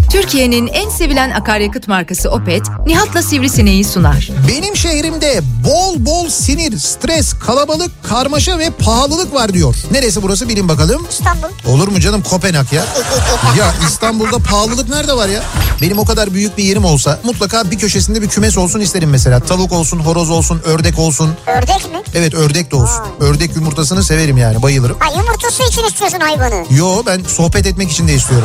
Türkiye'nin en sevilen akaryakıt markası Opet, Nihat'la Sivrisineği sunar. Benim şehrimde bol bol sinir, stres, kalabalık, karmaşa ve pahalılık var diyor. Neresi burası bilin bakalım. İstanbul. Olur mu canım, Kopenhag ya. Ya İstanbul'da pahalılık nerede var ya? Benim o kadar büyük bir yerim olsa mutlaka bir köşesinde bir kümes olsun isterim mesela. Tavuk olsun, horoz olsun, ördek olsun. Ördek mi? Evet, ördek de olsun. Ördek yumurtasını severim yani, bayılırım. Ha, yumurtası için istiyorsun hayvanı. Yo, ben sohbet etmek için de istiyorum.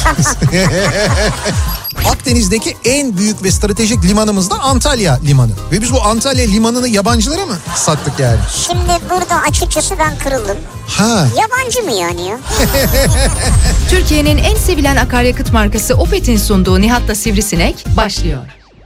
Akdeniz'deki en büyük ve stratejik limanımız da Antalya Limanı. Ve biz bu Antalya Limanı'nı yabancılara mı sattık yani? Şimdi burada açıkçası ben kırıldım. Ha. Yabancı mı yani ya? Türkiye'nin en sevilen akaryakıt markası Opet'in sunduğu Nihat'la Sivrisinek başlıyor.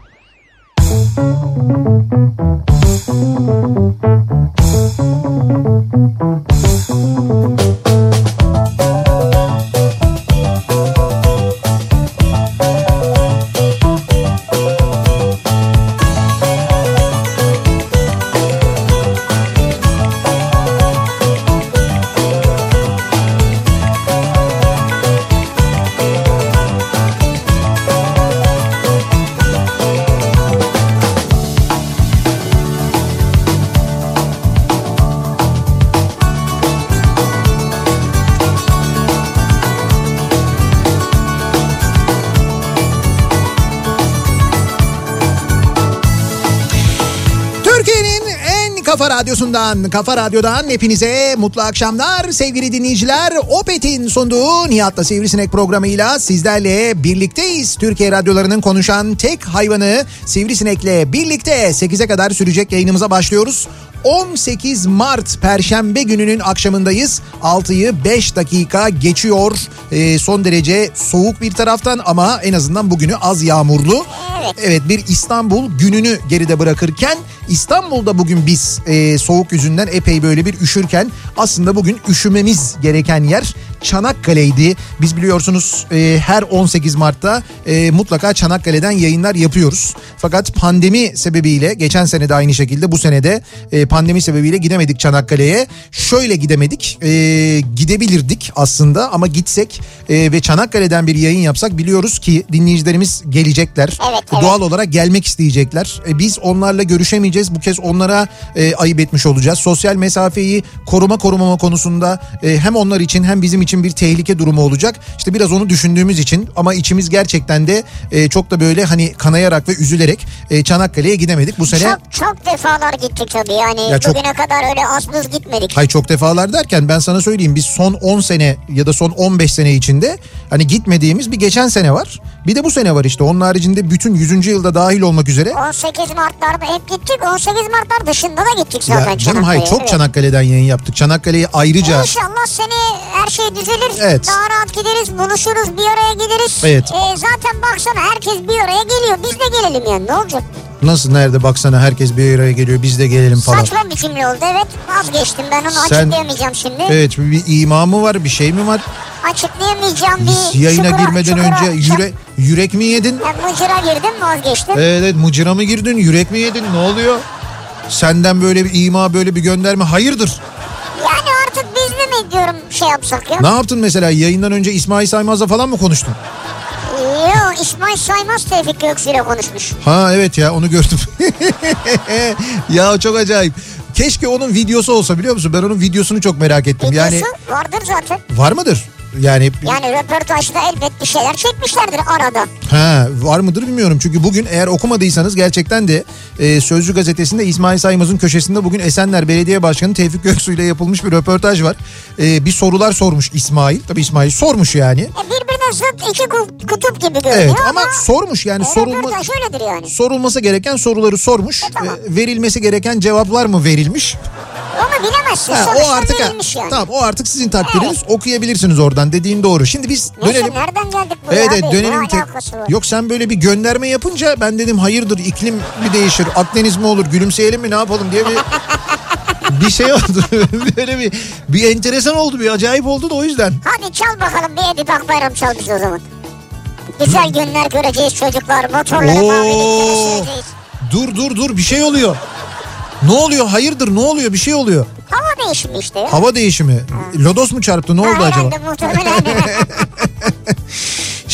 Kafa Radyo'dan hepinize mutlu akşamlar sevgili dinleyiciler. Opet'in sunduğu Nihat'la Sivrisinek programıyla sizlerle birlikteyiz. Türkiye radyolarının konuşan tek hayvanı Sivrisinek'le birlikte 8'e kadar sürecek yayınımıza başlıyoruz. 18 Mart Perşembe gününün akşamındayız. 6'yı 5 dakika geçiyor. Son derece soğuk bir taraftan ama en azından bugünü az yağmurlu. Evet, bir İstanbul gününü geride bırakırken İstanbul'da bugün biz soğuk yüzünden epey böyle bir üşürken aslında bugün üşümemiz gereken yer Çanakkale'ydi. Biz biliyorsunuz her 18 Mart'ta mutlaka Çanakkale'den yayınlar yapıyoruz. Fakat pandemi sebebiyle geçen sene de aynı şekilde bu sene de pandemi sebebiyle gidemedik Çanakkale'ye. Şöyle gidemedik, gidebilirdik aslında ama gitsek ve Çanakkale'den bir yayın yapsak biliyoruz ki dinleyicilerimiz gelecekler. Evet. Doğal olarak gelmek isteyecekler. Biz onlarla görüşemeyeceğiz. Bu kez onlara ayıp etmiş olacağız. Sosyal mesafeyi korumama konusunda hem onlar için hem bizim için bir tehlike durumu olacak. İşte biraz onu düşündüğümüz için ama içimiz gerçekten de çok da böyle hani kanayarak ve üzülerek Çanakkale'ye gidemedik bu sene. Çok defalar gittik tabii yani ya bugüne kadar öyle az buz gitmedik. Hayır, çok defalar derken ben sana söyleyeyim, biz son 10 sene ya da son 15 sene içinde hani gitmediğimiz bir geçen sene var. Bir de bu sene var işte. Onun haricinde bütün 100. yılda dahil olmak üzere. 18 Mart'larda hep gittik. 18 Mart'lar dışında da gittik zaten. Ya canım hayır, çok evet. Çanakkale'den yayın yaptık. Çanakkale'yi ayrıca. İnşallah seni her şey düzelir. Evet. Daha rahat gideriz, buluşuruz, bir araya gideriz. Evet. Zaten baksana herkes bir araya geliyor. Biz de gelelim yani, ne olacak? Nasıl, nerede, baksana herkes bir araya geliyor, biz de gelelim falan. Saçma bir cümle oldu, evet, vazgeçtim ben onu açıklayamayacağım şimdi. Evet, bir ima mı var, bir şey mi var? Açıklayamayacağım bir yayına girmeden önce yürek mi yedin? Ya mıcıra girdim, vazgeçtim. Evet, mıcıra mı girdin, yürek mi yedin, ne oluyor? Senden böyle bir ima, böyle bir gönderme, hayırdır? Yani artık biz de mi diyorum şey yapsak ya? Ne yaptın mesela, yayından önce İsmail Saymaz'la falan mı konuştun? Yok, İsmail Saymaz Tevfik Göksu ile konuşmuş. Ha evet ya, onu gördüm. Ya çok acayip. Keşke onun videosu olsa, biliyor musun? Ben onun videosunu çok merak ettim. Videosu yani vardır zaten. Var mıdır? Yani röportajda elbet bir şeyler çekmişlerdir arada. Ha, var mıdır bilmiyorum. Çünkü bugün eğer okumadıysanız gerçekten de Sözcü gazetesinde İsmail Saymaz'ın köşesinde bugün Esenler Belediye Başkanı Tevfik Göksu ile yapılmış bir röportaj var. Bir sorular sormuş İsmail. Tabii İsmail sormuş yani. Birbirine zıt iki kutup gibi görünüyor. Evet ama sormuş yani. Röportaj öyledir yani. Sorulması gereken soruları sormuş. Tamam. Verilmesi gereken cevaplar mı verilmiş? Onu bilemezsin. O artık yani. Tamam, o artık sizin takdiriniz. Evet. Okuyabilirsiniz oradan, dediğin doğru. Şimdi biz dönelim. Neyse, nereden geldik buraya? Evet, dönelim. Yok, sen böyle bir gönderme yapınca ben dedim hayırdır, iklim mi değişir, Akdeniz mi olur, gülümseyelim mi, ne yapalım diye bir şey oldu. Böyle bir enteresan oldu, bir acayip oldu da o yüzden. Hadi çal bakalım, bir Edip Akbayram çal bize o zaman. Güzel günler göreceğiz çocuklar, motorları mavilikleri süreceğiz. Dur bir şey oluyor. Ne oluyor, hayırdır, ne oluyor, bir şey oluyor. Hava değişimi işte ya. Hava değişimi. Lodos mu çarptı, ne oldu acaba? Herhalde muhtemelen.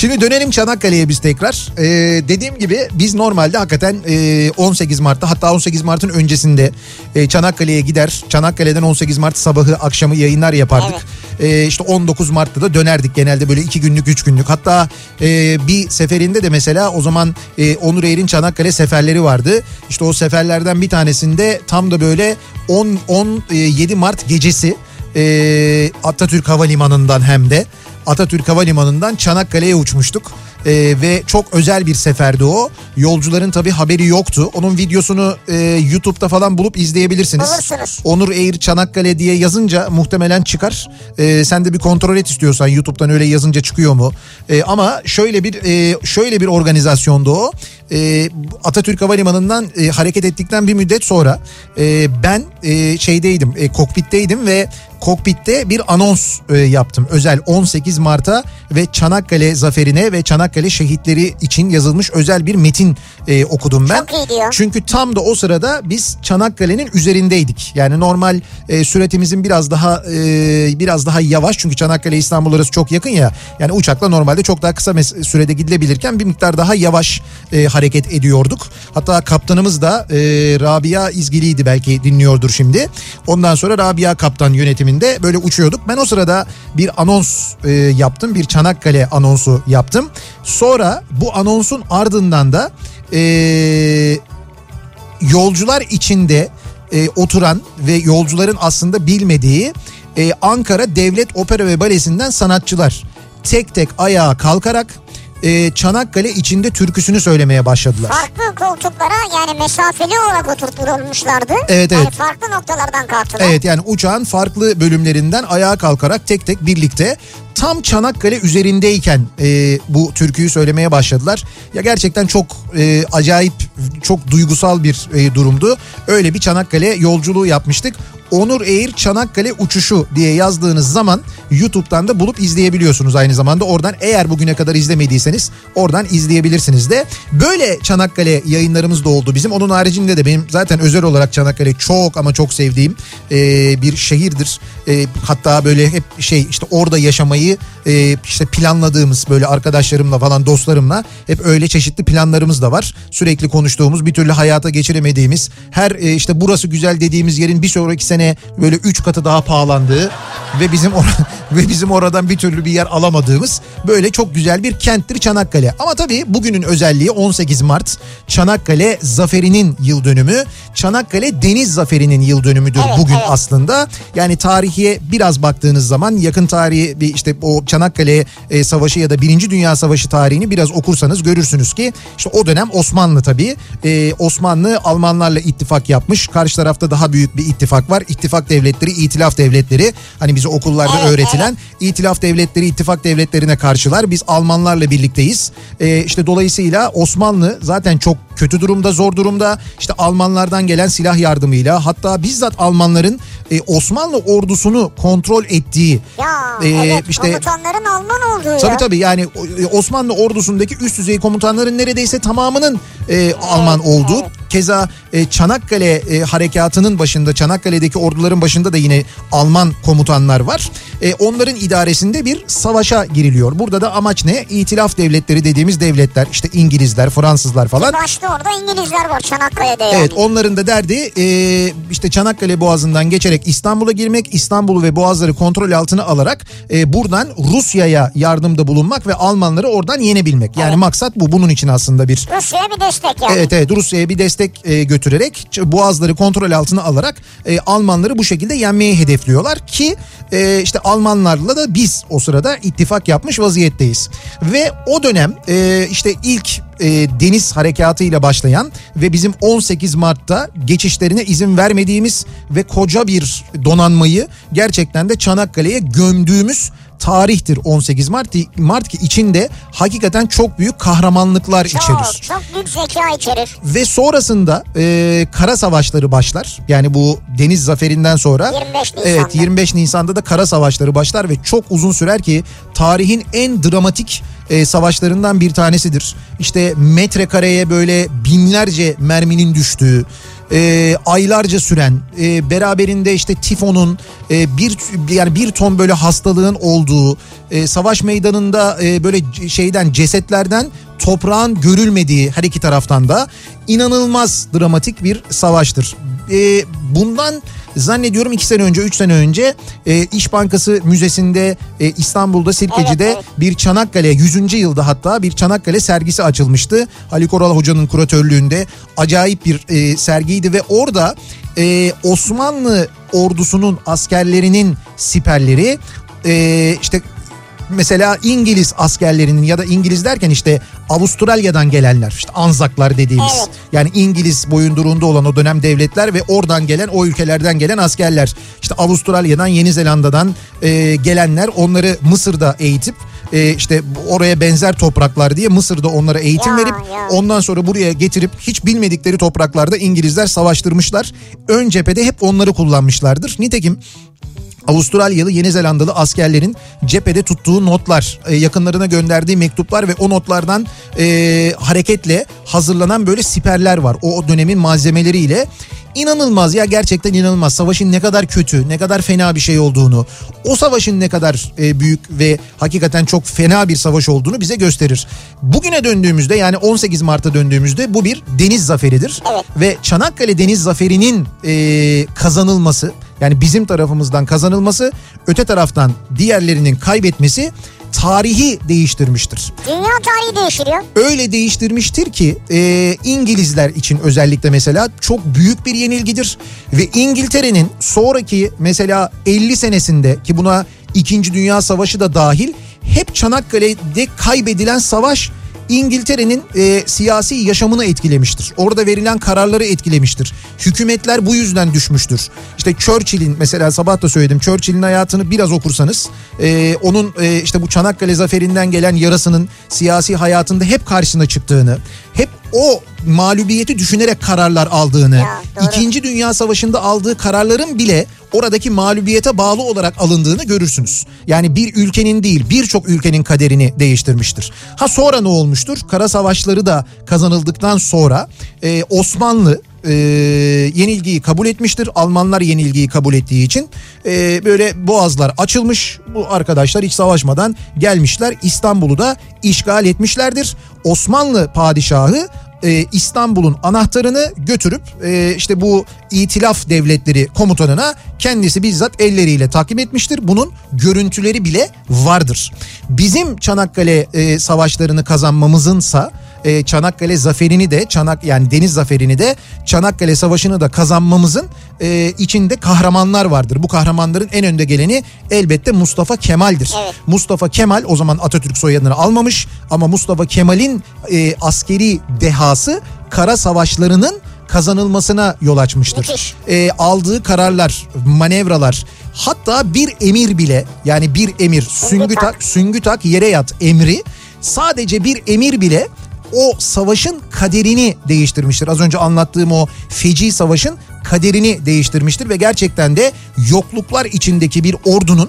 Şimdi dönelim Çanakkale'ye biz tekrar. Dediğim gibi biz normalde hakikaten 18 Mart'ta, hatta 18 Mart'ın öncesinde Çanakkale'ye gider. Çanakkale'den 18 Mart sabahı akşamı yayınlar yapardık. Evet. İşte 19 Mart'ta da dönerdik genelde, böyle 2 günlük 3 günlük. Hatta bir seferinde de mesela o zaman Onur Air'in Çanakkale seferleri vardı. İşte o seferlerden bir tanesinde tam da böyle 17 Mart gecesi Atatürk Havalimanı'ndan, hem de Atatürk Havalimanı'ndan Çanakkale'ye uçmuştuk. Ve çok özel bir seferdi o. Yolcuların tabii haberi yoktu. Onun videosunu YouTube'da falan bulup izleyebilirsiniz. Bulursunuz. Onur Air Çanakkale diye yazınca muhtemelen çıkar. Sen de bir kontrol et istiyorsan, YouTube'dan öyle yazınca çıkıyor mu? Ama şöyle bir organizasyondu o. Atatürk Havalimanı'ndan hareket ettikten bir müddet sonra ben kokpitteydim ve kokpitte bir anons yaptım. Özel 18 Mart'a ve Çanakkale zaferine ve Çanakkale şehitleri için yazılmış özel bir metin okudum ben. Çok iyi diyor. Çünkü tam da o sırada biz Çanakkale'nin üzerindeydik. Yani normal süratimizin biraz daha yavaş, çünkü Çanakkale İstanbul arası çok yakın ya. Yani uçakla normalde çok daha kısa sürede gidilebilirken bir miktar daha yavaş hareket ediyorduk. Hatta kaptanımız da Rabia İzgili'ydi, belki dinliyordur şimdi. Ondan sonra Rabia kaptan yönetiminde böyle uçuyorduk. Ben o sırada bir anons yaptım. Bir Çanakkale anonsu yaptım. Sonra bu anonsun ardından da yolcular içinde oturan ve yolcuların aslında bilmediği Ankara Devlet Opera ve Balesi'nden sanatçılar tek tek ayağa kalkarak Çanakkale içinde türküsünü söylemeye başladılar. Farklı koltuklara, yani mesafeli olarak oturtulmuşlardı. Evet. Yani farklı noktalardan kalktılar. Evet, yani uçağın farklı bölümlerinden ayağa kalkarak tek tek birlikte tam Çanakkale üzerindeyken bu türküyü söylemeye başladılar. Ya gerçekten çok acayip, çok duygusal bir durumdu. Öyle bir Çanakkale yolculuğu yapmıştık. Onur Air Çanakkale uçuşu diye yazdığınız zaman YouTube'dan da bulup izleyebiliyorsunuz aynı zamanda. Oradan, eğer bugüne kadar izlemediyseniz oradan izleyebilirsiniz de. Böyle Çanakkale yayınlarımız da oldu bizim. Onun haricinde de benim zaten özel olarak Çanakkale çok ama çok sevdiğim bir şehirdir. Hatta böyle hep işte orada yaşamayı işte planladığımız, böyle arkadaşlarımla falan, dostlarımla hep öyle çeşitli planlarımız da var. Sürekli konuştuğumuz, bir türlü hayata geçiremediğimiz, her işte burası güzel dediğimiz yerin bir sonraki sene böyle 3 katı daha pahalandığı ve bizim oradan bir türlü bir yer alamadığımız böyle çok güzel bir kenttir Çanakkale. Ama tabii bugünün özelliği 18 Mart Çanakkale Zaferi'nin yıl dönümü. Çanakkale Deniz Zaferi'nin yıl dönümüdür bugün aslında. Yani tarihe biraz baktığınız zaman, yakın tarihi, bir işte o Çanakkale Savaşı ya da 1. Dünya Savaşı tarihini biraz okursanız görürsünüz ki işte o dönem Osmanlı tabii. Osmanlı Almanlarla ittifak yapmış. Karşı tarafta daha büyük bir ittifak var. İttifak devletleri, itilaf devletleri. Hani bize okullarda öğretilen itilaf devletleri, ittifak devletlerine karşılar. Biz Almanlarla birlikteyiz. İşte dolayısıyla Osmanlı zaten çok kötü durumda, zor durumda. İşte Almanlardan gelen silah yardımıyla, hatta bizzat Almanların Osmanlı ordusunu kontrol ettiği. İşte komutanların Alman olduğu Tabii yani Osmanlı ordusundaki üst düzey komutanların neredeyse tamamının Alman olduğu. Evet. Keza Çanakkale harekatının başında, Çanakkale'deki orduların başında da yine Alman komutanlar var. Onların idaresinde bir savaşa giriliyor. Burada da amaç ne? İtilaf devletleri dediğimiz devletler, işte İngilizler, Fransızlar falan. Başta orada İngilizler var Çanakkale'de yani. Evet, onların da derdi işte Çanakkale Boğazı'ndan geçerek İstanbul'a girmek, İstanbul'u ve Boğazları kontrol altına alarak buradan Rusya'ya yardımda bulunmak ve Almanları oradan yenebilmek. Yani maksat bu. Bunun için aslında bir... Rusya'ya bir destek yani. Evet, Rusya'ya bir destek götürerek Boğazları kontrol altına alarak Almanları bu şekilde yenmeyi hedefliyorlar ki işte Almanlarla da biz o sırada ittifak yapmış vaziyetteyiz. Ve o dönem işte ilk deniz harekatıyla başlayan ve bizim 18 Mart'ta geçişlerine izin vermediğimiz ve koca bir donanmayı gerçekten de Çanakkale'ye gömdüğümüz tarihtir 18 Mart ki içinde hakikaten çok büyük kahramanlıklar içerir. Çok büyük zeka içerir. Ve sonrasında kara savaşları başlar. Yani bu deniz zaferinden sonra 25 Nisan'da. Evet, 25 Nisan'da da kara savaşları başlar ve çok uzun sürer ki tarihin en dramatik savaşlarından bir tanesidir. İşte metrekareye böyle binlerce merminin düştüğü, aylarca süren, beraberinde işte tifonun, bir ton böyle hastalığın olduğu, savaş meydanında böyle cesetlerden toprağın görülmediği her iki taraftan da inanılmaz dramatik bir savaştır. Bundan zannediyorum 2 sene önce, 3 sene önce İş Bankası Müzesi'nde İstanbul'da Sirkeci'de evet. bir Çanakkale 100. yılda hatta bir Çanakkale sergisi açılmıştı. Haluk Oral Hoca'nın kuratörlüğünde acayip bir sergiydi ve orada Osmanlı ordusunun askerlerinin siperleri işte mesela İngiliz askerlerinin ya da İngiliz derken işte Avustralya'dan gelenler, işte Anzaklar dediğimiz, evet. yani İngiliz boyunduruğunda olan o dönem devletler ve oradan gelen, o ülkelerden gelen askerler, işte Avustralya'dan, Yeni Zelanda'dan gelenler, onları Mısır'da eğitip işte oraya benzer topraklar diye Mısır'da onlara eğitim verip ondan sonra buraya getirip hiç bilmedikleri topraklarda İngilizler savaştırmışlar. Ön cephede hep onları kullanmışlardır. Nitekim Avustralyalı, Yeni Zelandalı askerlerin cephede tuttuğu notlar, yakınlarına gönderdiği mektuplar ve o notlardan hareketle hazırlanan böyle siperler var. O dönemin malzemeleriyle. İnanılmaz ya, gerçekten inanılmaz. Savaşın ne kadar kötü, ne kadar fena bir şey olduğunu, o savaşın ne kadar büyük ve hakikaten çok fena bir savaş olduğunu bize gösterir. Bugüne döndüğümüzde, yani 18 Mart'a döndüğümüzde bu bir deniz zaferidir. Evet. Ve Çanakkale Deniz Zaferi'nin kazanılması, yani bizim tarafımızdan kazanılması, öte taraftan diğerlerinin kaybetmesi tarihi değiştirmiştir. Dünya tarihi değiştiriyor. Öyle değiştirmiştir ki İngilizler için özellikle mesela çok büyük bir yenilgidir. Ve İngiltere'nin sonraki mesela 50 senesinde, ki buna 2. Dünya Savaşı da dahil, hep Çanakkale'de kaybedilen savaş İngiltere'nin siyasi yaşamını etkilemiştir. Orada verilen kararları etkilemiştir. Hükümetler bu yüzden düşmüştür. İşte Churchill'in, mesela sabah da söyledim, Churchill'in hayatını biraz okursanız onun işte bu Çanakkale zaferinden gelen yarasının siyasi hayatında hep karşısına çıktığını, hep o mağlubiyeti düşünerek kararlar aldığını, İkinci Dünya Savaşı'nda aldığı kararların bile oradaki mağlubiyete bağlı olarak alındığını görürsünüz. Yani bir ülkenin değil, birçok ülkenin kaderini değiştirmiştir. Ha, sonra ne olmuştur? Kara savaşları da kazanıldıktan sonra Osmanlı yenilgiyi kabul etmiştir. Almanlar yenilgiyi kabul ettiği için böyle boğazlar açılmış. Bu arkadaşlar hiç savaşmadan gelmişler, İstanbul'u da işgal etmişlerdir. Osmanlı padişahı İstanbul'un anahtarını götürüp işte bu İtilaf Devletleri komutanına kendisi bizzat elleriyle takdim etmiştir. Bunun görüntüleri bile vardır. Bizim Çanakkale savaşlarını kazanmamızınsa Çanakkale zaferini de, yani deniz zaferini de, Çanakkale Savaşı'nı da kazanmamızın içinde kahramanlar vardır. Bu kahramanların en önde geleni elbette Mustafa Kemal'dir. Evet. Mustafa Kemal o zaman Atatürk soyadını almamış ama Mustafa Kemal'in askeri dehası kara savaşlarının kazanılmasına yol açmıştır. Aldığı kararlar, manevralar, hatta bir emir bile, yani bir emir, süngü tak yere yat emri, sadece bir emir bile o savaşın kaderini değiştirmiştir. Az önce anlattığım o feci savaşın kaderini değiştirmiştir ve gerçekten de yokluklar içindeki bir ordunun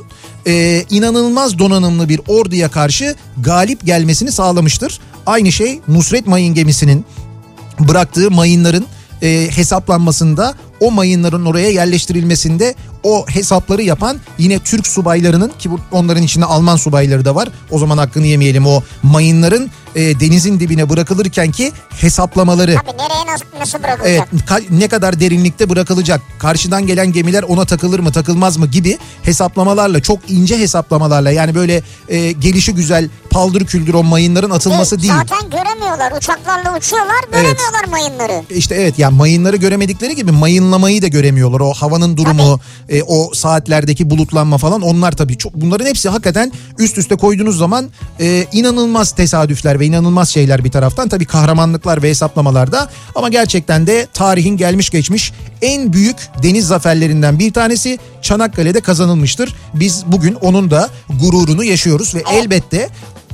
inanılmaz donanımlı bir orduya karşı galip gelmesini sağlamıştır. Aynı şey Nusret Mayın gemisinin bıraktığı mayınların hesaplanmasında, o mayınların oraya yerleştirilmesinde o hesapları yapan yine Türk subaylarının, ki onların içinde Alman subayları da var. O zaman hakkını yemeyelim, o mayınların denizin dibine bırakılırken ki hesaplamaları. Tabii nereye nasıl bırakılacak? Evet, ne kadar derinlikte bırakılacak, karşıdan gelen gemiler ona takılır mı takılmaz mı gibi hesaplamalarla, çok ince hesaplamalarla, yani böyle gelişi güzel paldır küldür o mayınların atılması değil. Zaten göremiyorlar, uçaklarla uçuyorlar, göremiyorlar mayınları. İşte evet, yani mayınları göremedikleri gibi mayınlamayı da göremiyorlar. O havanın durumu, o saatlerdeki bulutlanma falan, onlar tabii çok, bunların hepsi hakikaten üst üste koyduğunuz zaman inanılmaz tesadüfler ve inanılmaz şeyler bir taraftan, tabii kahramanlıklar ve hesaplamalarda, ama gerçekten de tarihin gelmiş geçmiş en büyük deniz zaferlerinden bir tanesi Çanakkale'de kazanılmıştır. Biz bugün onun da gururunu yaşıyoruz ve elbette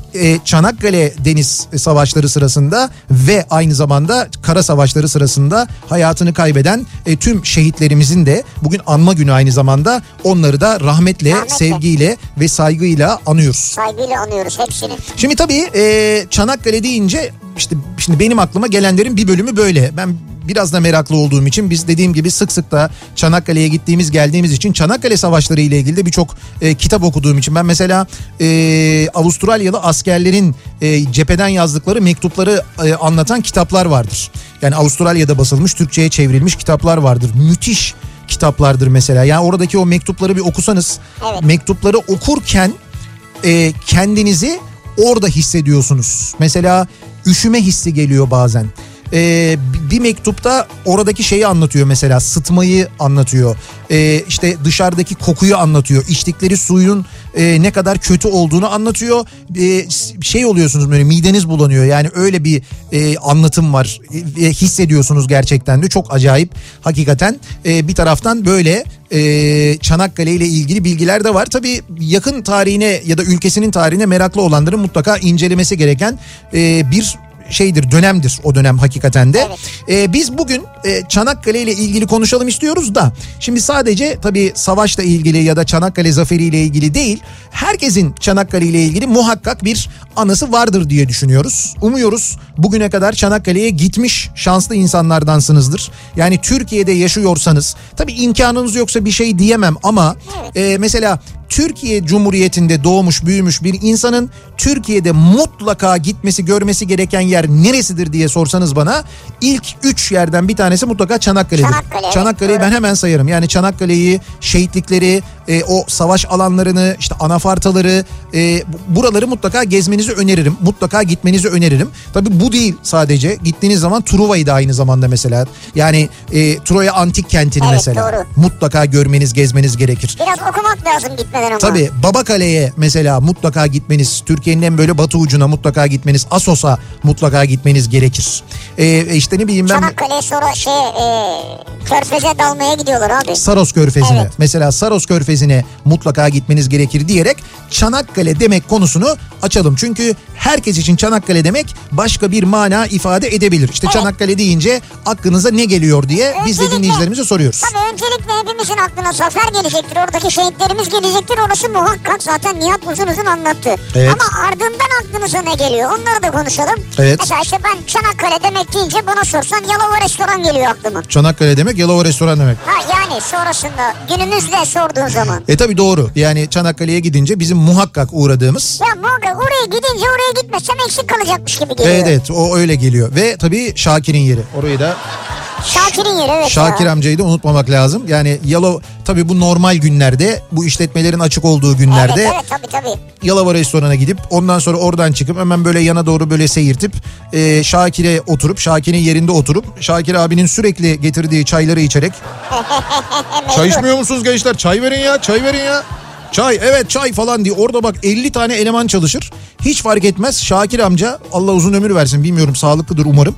Çanakkale Deniz Savaşları sırasında ve aynı zamanda Kara Savaşları sırasında hayatını kaybeden tüm şehitlerimizin de bugün anma günü aynı zamanda. Onları da rahmetle, sevgiyle ve saygıyla anıyoruz. Saygıyla anıyoruz hepsini. Şimdi tabii Çanakkale deyince işte şimdi benim aklıma gelenlerin bir bölümü böyle. Ben biraz da meraklı olduğum için biz dediğim gibi sık sık da Çanakkale'ye geldiğimiz için Çanakkale Savaşları ile ilgili de birçok kitap okuduğum için ben mesela Avustralyalı askerlerin cepheden yazdıkları mektupları anlatan kitaplar vardır. Yani Avustralya'da basılmış, Türkçe'ye çevrilmiş kitaplar vardır. Müthiş kitaplardır mesela. Yani oradaki o mektupları bir okusanız, evet. Mektupları okurken kendinizi orada hissediyorsunuz. Mesela üşüme hissi geliyor bazen. Bir mektupta oradaki şeyi anlatıyor, mesela sıtmayı anlatıyor. İşte dışarıdaki kokuyu anlatıyor. İçtikleri suyun ne kadar kötü olduğunu anlatıyor. Şey oluyorsunuz, böyle mideniz bulanıyor. Yani öyle bir anlatım var. Hissediyorsunuz gerçekten de, çok acayip hakikaten. Bir taraftan böyle Çanakkale ile ilgili bilgiler de var. Tabii yakın tarihine ya da ülkesinin tarihine meraklı olanların mutlaka incelemesi gereken bir dönemdir o dönem hakikaten de. Evet. Biz bugün Çanakkale ile ilgili konuşalım istiyoruz da şimdi sadece tabii savaşla ilgili ya da Çanakkale Zaferi ile ilgili değil, herkesin Çanakkale ile ilgili muhakkak bir anısı vardır diye düşünüyoruz. Umuyoruz bugüne kadar Çanakkale'ye gitmiş şanslı insanlardansınızdır. Yani Türkiye'de yaşıyorsanız, tabii imkanınız yoksa bir şey diyemem ama mesela Türkiye Cumhuriyeti'nde doğmuş büyümüş bir insanın Türkiye'de mutlaka gitmesi, görmesi gereken yer neresidir diye sorsanız bana, ilk 3 yerden bir tanesi mutlaka Çanakkale'dir. Çanakkale'yi evet, ben hemen sayarım. Yani Çanakkale'yi, şehitlikleri, o savaş alanlarını, işte anafartaları, buraları mutlaka gezmenizi öneririm. Mutlaka gitmenizi öneririm. Tabii bu değil sadece. Gittiğiniz zaman Truva'yı da aynı zamanda mesela. Yani Troya Antik Kenti'ni evet, mesela. Doğru. Mutlaka görmeniz, gezmeniz gerekir. Biraz okumak lazım gitmeden ama. Tabii Babakale'ye mesela mutlaka gitmeniz, Türkiye'nin en böyle batı ucuna mutlaka gitmeniz, Assos'a mutlaka gitmeniz gerekir. İşte ne bileyim ben. Çanakkale'ye sonra Körfez'e dalmaya gidiyorlar abi. Saros Körfezi'ne. Evet. Mesela Saros Körfezi'ne mutlaka gitmeniz gerekir diyerek Çanakkale demek konusunu açalım. Çünkü herkes için Çanakkale demek başka bir mana ifade edebilir. İşte evet, Çanakkale deyince aklınıza ne geliyor diye biz de dinleyicilerimize soruyoruz. Tabii öncelikle hepimizin aklına zafer gelecektir. Oradaki şehitlerimiz gelecektir. Orası muhakkak, zaten Nihat uzun anlattı. Evet. Ama ardından aklınıza ne geliyor? Onları da konuşalım. Evet. Mesela işte ben Çanakkale demek deyince bana sorsan Yalova Restoran geliyor aklıma. Çanakkale demek Yalova Restoran demek. Yani sonrasında günümüzde sorduğun zaman. Tabii doğru. Yani Çanakkale'ye gidince bizim muhakkak uğradığımız. Ya muhakkak oraya gidince, oraya gitmezsem eksik kalacakmış gibi geliyor. Evet, o öyle geliyor. Ve tabii Şakir'in yeri. Orayı da Şakir'in yeri, evet. Şakir amcayı da unutmamak lazım. Yani tabii bu normal günlerde, bu işletmelerin açık olduğu günlerde. Evet, tabii. Yalova Restoran'a gidip ondan sonra oradan çıkıp hemen böyle yana doğru böyle seyirtip Şakir'e oturup, Şakir'in yerinde oturup Şakir abinin sürekli getirdiği çayları içerek. Çay içmiyor musunuz gençler? Çay verin ya, çay verin ya. Çay, evet çay falan diye orada bak 50 tane eleman çalışır. Hiç fark etmez. Şakir amca, Allah uzun ömür versin, bilmiyorum, sağlıklıdır umarım.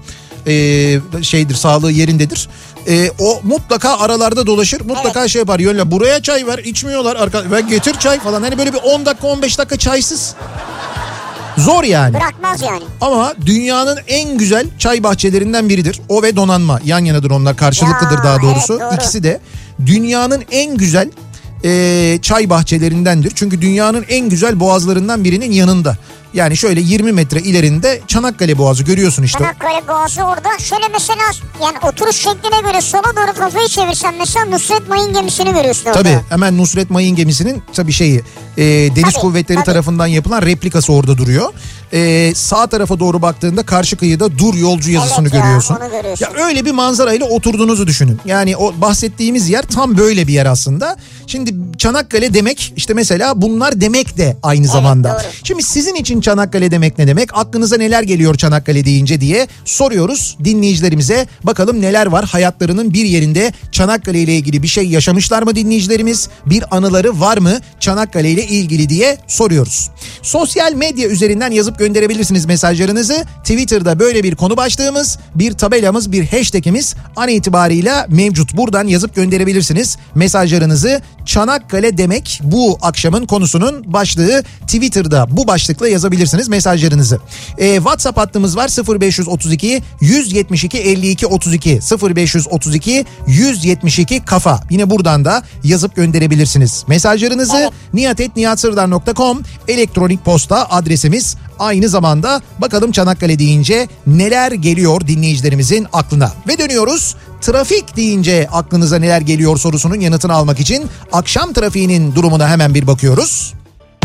Sağlığı yerindedir. O mutlaka aralarda dolaşır, mutlaka evet, yapar, yönle buraya çay ver, içmiyorlar ve getir çay falan. Hani böyle bir 10 dakika 15 dakika çaysız zor yani. Bırakmaz yani. Ama dünyanın en güzel çay bahçelerinden biridir. O ve donanma yan yanadır, onlar karşılıklıdır daha doğrusu. Evet, İkisi de dünyanın en güzel çay bahçelerindendir. Çünkü dünyanın en güzel boğazlarından birinin yanında. Yani şöyle 20 metre ilerinde Çanakkale Boğazı görüyorsun işte. Çanakkale Boğazı orada. Şöyle mesela yani oturuş şekline göre sola doğru kafayı çevirsen mesela Nusret Mayın gemisini görüyorsun orada. Tabii hemen Nusret Mayın gemisinin tabii Deniz Kuvvetleri tarafından yapılan replikası orada duruyor. Sağ tarafa doğru baktığında karşı kıyıda dur yolcu yazısını görüyorsun. Onu görüyorsun. Ya öyle bir manzarayla oturduğunuzu düşünün. Yani o bahsettiğimiz yer tam böyle bir yer aslında. Şimdi Çanakkale demek işte mesela bunlar demek de aynı zamanda. Doğru. Şimdi sizin için Çanakkale demek ne demek? Aklınıza neler geliyor Çanakkale deyince diye soruyoruz dinleyicilerimize. Bakalım neler var hayatlarının bir yerinde Çanakkale ile ilgili bir şey yaşamışlar mı dinleyicilerimiz? Bir anıları var mı Çanakkale ile ilgili diye soruyoruz. Sosyal medya üzerinden yazıp gönderebilirsiniz mesajlarınızı. Twitter'da böyle bir konu başlığımız, bir tabelamız, bir hashtagimiz an itibarıyla mevcut. Buradan yazıp gönderebilirsiniz mesajlarınızı. Çanakkale demek bu akşamın konusunun başlığı. Twitter'da bu başlıkla yazabilirsiniz mesajlarınızı. WhatsApp hattımız var 0532 172 52 32 0532 172 kafa. Yine buradan da yazıp gönderebilirsiniz mesajlarınızı. Evet. niyatet.niyatsırdar.com elektronik posta adresimiz. Aynı zamanda bakalım Çanakkale deyince neler geliyor dinleyicilerimizin aklına. Ve dönüyoruz. Trafik deyince aklınıza neler geliyor sorusunun yanıtını almak için akşam trafiğinin durumuna hemen bir bakıyoruz.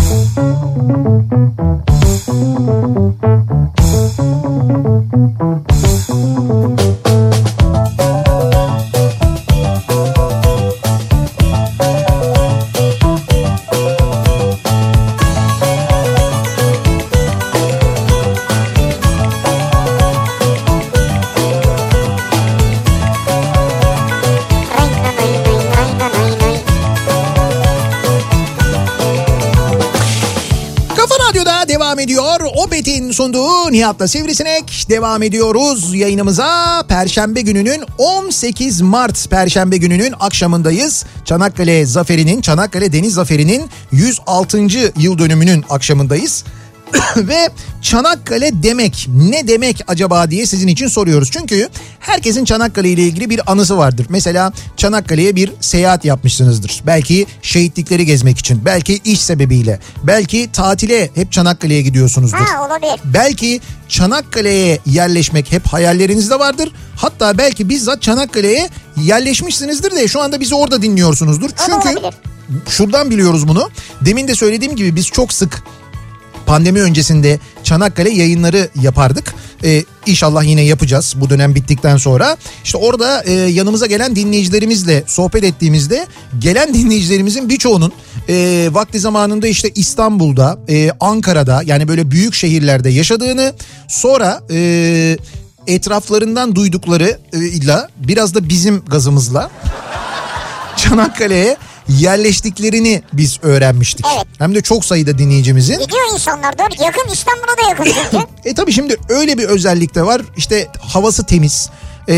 Devam ediyor. Opet'in sunduğu Nihat'la Sivrisinek. Devam ediyoruz yayınımıza. Perşembe gününün 18 Mart Perşembe gününün akşamındayız. Çanakkale Zaferi'nin, Çanakkale Deniz Zaferi'nin 106. yıl dönümünün akşamındayız. Ve Çanakkale demek ne demek acaba diye sizin için soruyoruz. Çünkü herkesin Çanakkale ile ilgili bir anısı vardır. Mesela Çanakkale'ye bir seyahat yapmışsınızdır. Belki şehitlikleri gezmek için, belki iş sebebiyle, belki tatile hep Çanakkale'ye gidiyorsunuzdur. Olabilir. Belki Çanakkale'ye yerleşmek hep hayallerinizde vardır. Hatta belki bizzat Çanakkale'ye yerleşmişsinizdir de şu anda bizi orada dinliyorsunuzdur. Çünkü şuradan biliyoruz bunu. Demin de söylediğim gibi biz çok sık pandemi öncesinde Çanakkale yayınları yapardık. İnşallah yine yapacağız bu dönem bittikten sonra. İşte orada yanımıza gelen dinleyicilerimizle sohbet ettiğimizde gelen dinleyicilerimizin birçoğunun vakti zamanında işte İstanbul'da, Ankara'da yani böyle büyük şehirlerde yaşadığını, sonra etraflarından duyduklarıyla biraz da bizim gazımızla Çanakkale'ye yerleştiklerini biz öğrenmiştik. Evet. Hem de çok sayıda dinleyicimizin. Gidiyor insanlar doğru. Yakın, İstanbul'a da yakın çünkü. Tabii şimdi öyle bir özellik de var. İşte havası temiz.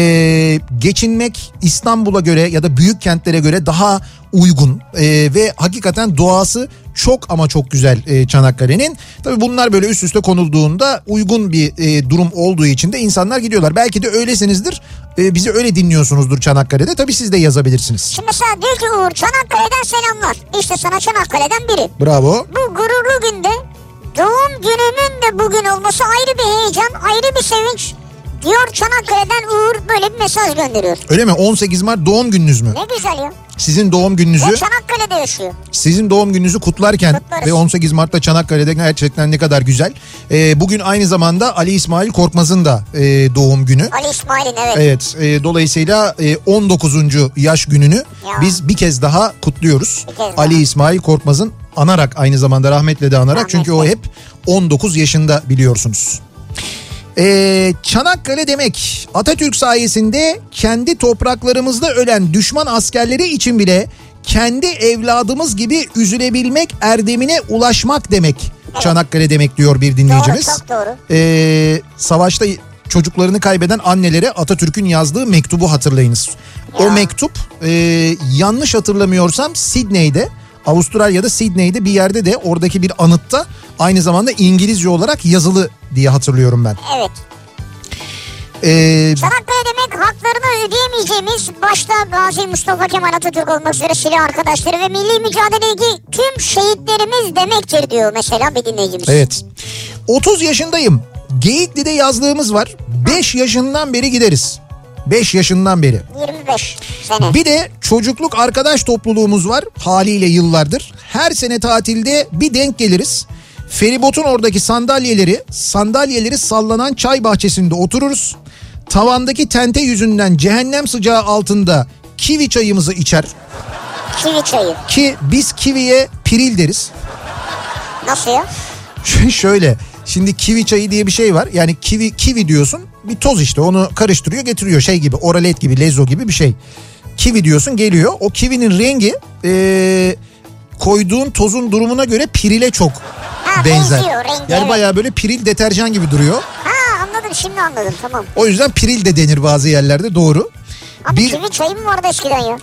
Geçinmek İstanbul'a göre ya da büyük kentlere göre daha uygun ve hakikaten doğası çok ama çok güzel Çanakkale'nin. Tabii bunlar böyle üst üste konulduğunda uygun bir durum olduğu için de insanlar gidiyorlar. Belki de öylesinizdir. Bizi öyle dinliyorsunuzdur Çanakkale'de. Tabii siz de yazabilirsiniz. Şimdi mesela diyor ki Uğur, Çanakkale'den selamlar. İşte sana Çanakkale'den biri. Bravo. Bu gururlu günde doğum günümün de bugün olması ayrı bir heyecan, ayrı bir sevinç. Diyor Çanakkale'den Uğur, böyle bir mesaj gönderiyor. Öyle mi? 18 Mart doğum gününüz mü? Ne güzel ya. Sizin doğum gününüzü... Ve Çanakkale'de yaşıyor. Sizin doğum gününüzü kutlarken Kutlarız. ve 18 Mart'ta Çanakkale'de gerçekten ne kadar güzel. Bugün aynı zamanda Ali İsmail Korkmaz'ın da doğum günü. Ali İsmail'in, evet. Evet, dolayısıyla 19. yaş gününü ya, biz bir kez daha kutluyoruz. Ali İsmail Korkmaz'ın anarak, aynı zamanda rahmetle de anarak. Rahmetli. Çünkü o hep 19 yaşında biliyorsunuz. Çanakkale demek Atatürk sayesinde kendi topraklarımızda ölen düşman askerleri için bile kendi evladımız gibi üzülebilmek erdemine ulaşmak demek. Evet. Çanakkale demek diyor bir dinleyicimiz. Doğru, çok doğru. Savaşta çocuklarını kaybeden annelere Atatürk'ün yazdığı mektubu hatırlayınız. Ya. O mektup yanlış hatırlamıyorsam Sydney'de, Avustralya'da Sydney'de bir yerde de oradaki bir anıtta aynı zamanda İngilizce olarak yazılı diye hatırlıyorum ben. Evet. Çanakkale demek haklarını ödeyemeyeceğimiz, başta Gazi Mustafa Kemal Atatürk olmak üzere silah arkadaşları ve milli mücadeledeki tüm şehitlerimiz demektir diyor mesela bir dinleyicimiz. Evet. 30 yaşındayım. Geyikli'de yazlığımız var. 5 yaşından beri gideriz. 5 yaşından beri. 25 sene. Bir de çocukluk arkadaş topluluğumuz var haliyle yıllardır. Her sene tatilde bir denk geliriz. Feribotun oradaki sandalyeleri sallanan çay bahçesinde otururuz. Tavandaki tente yüzünden cehennem sıcağı altında kivi çayımızı içer. Kivi çayı. Ki biz kiviye piril deriz. Nasıl ya? Şöyle, şimdi kivi çayı diye bir şey var. Yani kivi diyorsun, bir toz işte, onu karıştırıyor getiriyor, şey gibi, oralet gibi, lezo gibi bir şey. Kivi diyorsun, geliyor. O kivinin rengi koyduğun tozun durumuna göre pirile çok benzer. Benziyor, rengi, yani evet. bayağı böyle piril deterjan gibi duruyor. Ha, anladım, şimdi anladım, tamam. O yüzden piril de denir bazı yerlerde, doğru. Abi kivi çayı mı vardı eskiden ya?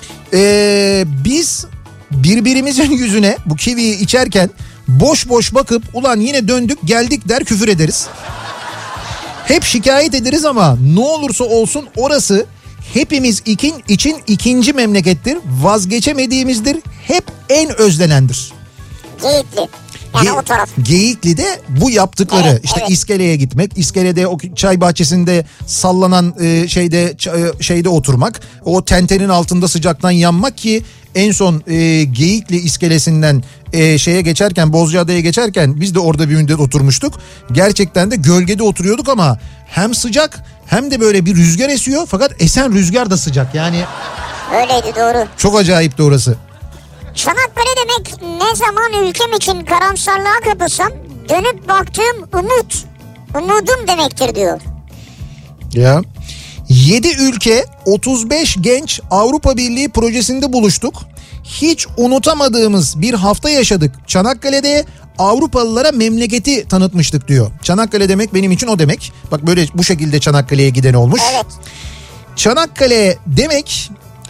Biz birbirimizin yüzüne bu kiviyi içerken boş boş bakıp ulan yine döndük geldik der, küfür ederiz. Hep şikayet ederiz ama ne olursa olsun orası hepimiz için ikinci memlekettir. Vazgeçemediğimizdir. Hep en özlenendir. Geyikli. Yani o taraf. Geyikli'de bu yaptıkları evet, işte evet. iskeleye gitmek, iskelede o çay bahçesinde sallanan şeyde oturmak, o tentenin altında sıcaktan yanmak ki en son Geyikli iskelesinden şeye geçerken, Bozcaada'ya geçerken biz de orada bir müddet oturmuştuk. Gerçekten de gölgede oturuyorduk ama hem sıcak hem de böyle bir rüzgar esiyor, fakat esen rüzgar da sıcak yani. Öyleydi, doğru. Çok acayipti orası. Çanakkale demek, ne zaman ülkem için karamsarlığa kapılsam dönüp baktığım umudum demektir diyor. Ya 7 ülke 35 genç Avrupa Birliği projesinde buluştuk. Hiç unutamadığımız bir hafta yaşadık. Çanakkale'de Avrupalılara memleketi tanıtmıştık diyor. Çanakkale demek benim için o demek. Bak böyle bu şekilde Çanakkale'ye giden olmuş. Evet. Çanakkale demek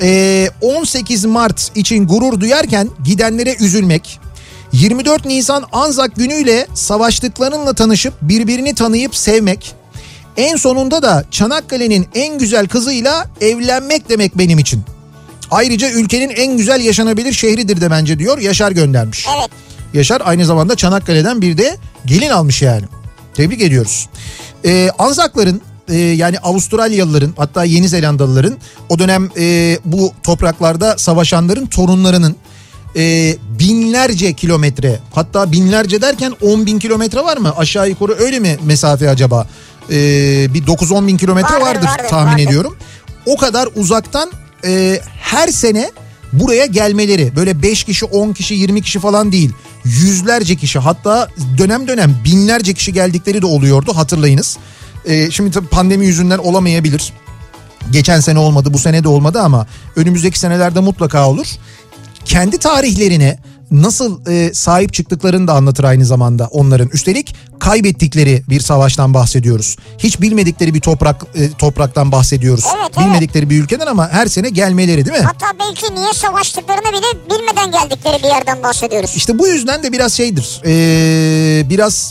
18 Mart için gurur duyarken gidenlere üzülmek. 24 Nisan Anzak günüyle savaştıklarınla tanışıp birbirini tanıyıp sevmek. En sonunda da Çanakkale'nin en güzel kızıyla evlenmek demek benim için. Ayrıca ülkenin en güzel yaşanabilir şehridir de bence diyor. Yaşar göndermiş. Evet. Yaşar aynı zamanda Çanakkale'den bir de gelin almış yani. Tebrik ediyoruz. Anzakların yani Avustralyalıların, hatta Yeni Zelandalıların o dönem bu topraklarda savaşanların torunlarının binlerce kilometre, hatta binlerce derken 10.000 kilometre var mı? Aşağı yukarı öyle mi mesafe acaba? Bir 9-10 bin kilometre vardır tahmin ediyorum. O kadar uzaktan her sene buraya gelmeleri, böyle 5 kişi, 10 kişi, 20 kişi falan değil, yüzlerce kişi, hatta dönem dönem binlerce kişi geldikleri de oluyordu, hatırlayınız. Şimdi tabii pandemi yüzünden olamayabilir. Geçen sene olmadı, bu sene de olmadı ama önümüzdeki senelerde mutlaka olur. Kendi tarihlerine nasıl sahip çıktıklarını da anlatır aynı zamanda onların. Üstelik kaybettikleri bir savaştan bahsediyoruz. Hiç bilmedikleri bir topraktan bahsediyoruz. Evet, bilmedikleri bir ülkeden ama her sene gelmeleri, değil mi? Hatta belki niye savaştıklarını bile bilmeden geldikleri bir yerden bahsediyoruz. İşte bu yüzden de biraz şeydir. Biraz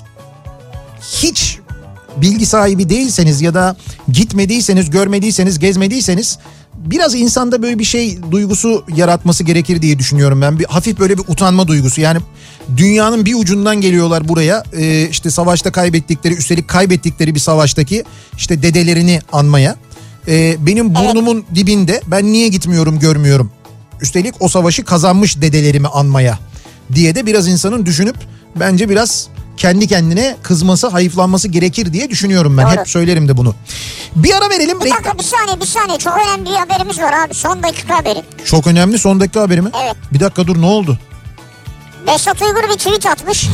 hiç bilgi sahibi değilseniz ya da gitmediyseniz, görmediyseniz, gezmediyseniz biraz insanda böyle bir şey duygusu yaratması gerekir diye düşünüyorum ben. Bir hafif böyle bir utanma duygusu. Yani dünyanın bir ucundan geliyorlar buraya. İşte savaşta kaybettikleri, üstelik kaybettikleri bir savaştaki işte dedelerini anmaya. Benim burnumun dibinde, ben niye gitmiyorum, görmüyorum. Üstelik o savaşı kazanmış dedelerimi anmaya diye de biraz insanın düşünüp bence biraz kendi kendine kızması, hayıflanması gerekir diye düşünüyorum ben. Doğru. Hep söylerim de bunu. Bir ara verelim. Bir dakika, bir saniye. Çok önemli bir haberimiz var abi. Son dakika haberi. Çok önemli son dakika haberi mi? Evet. Bir dakika dur, ne oldu? Behzat Uygur bir tweet atmış.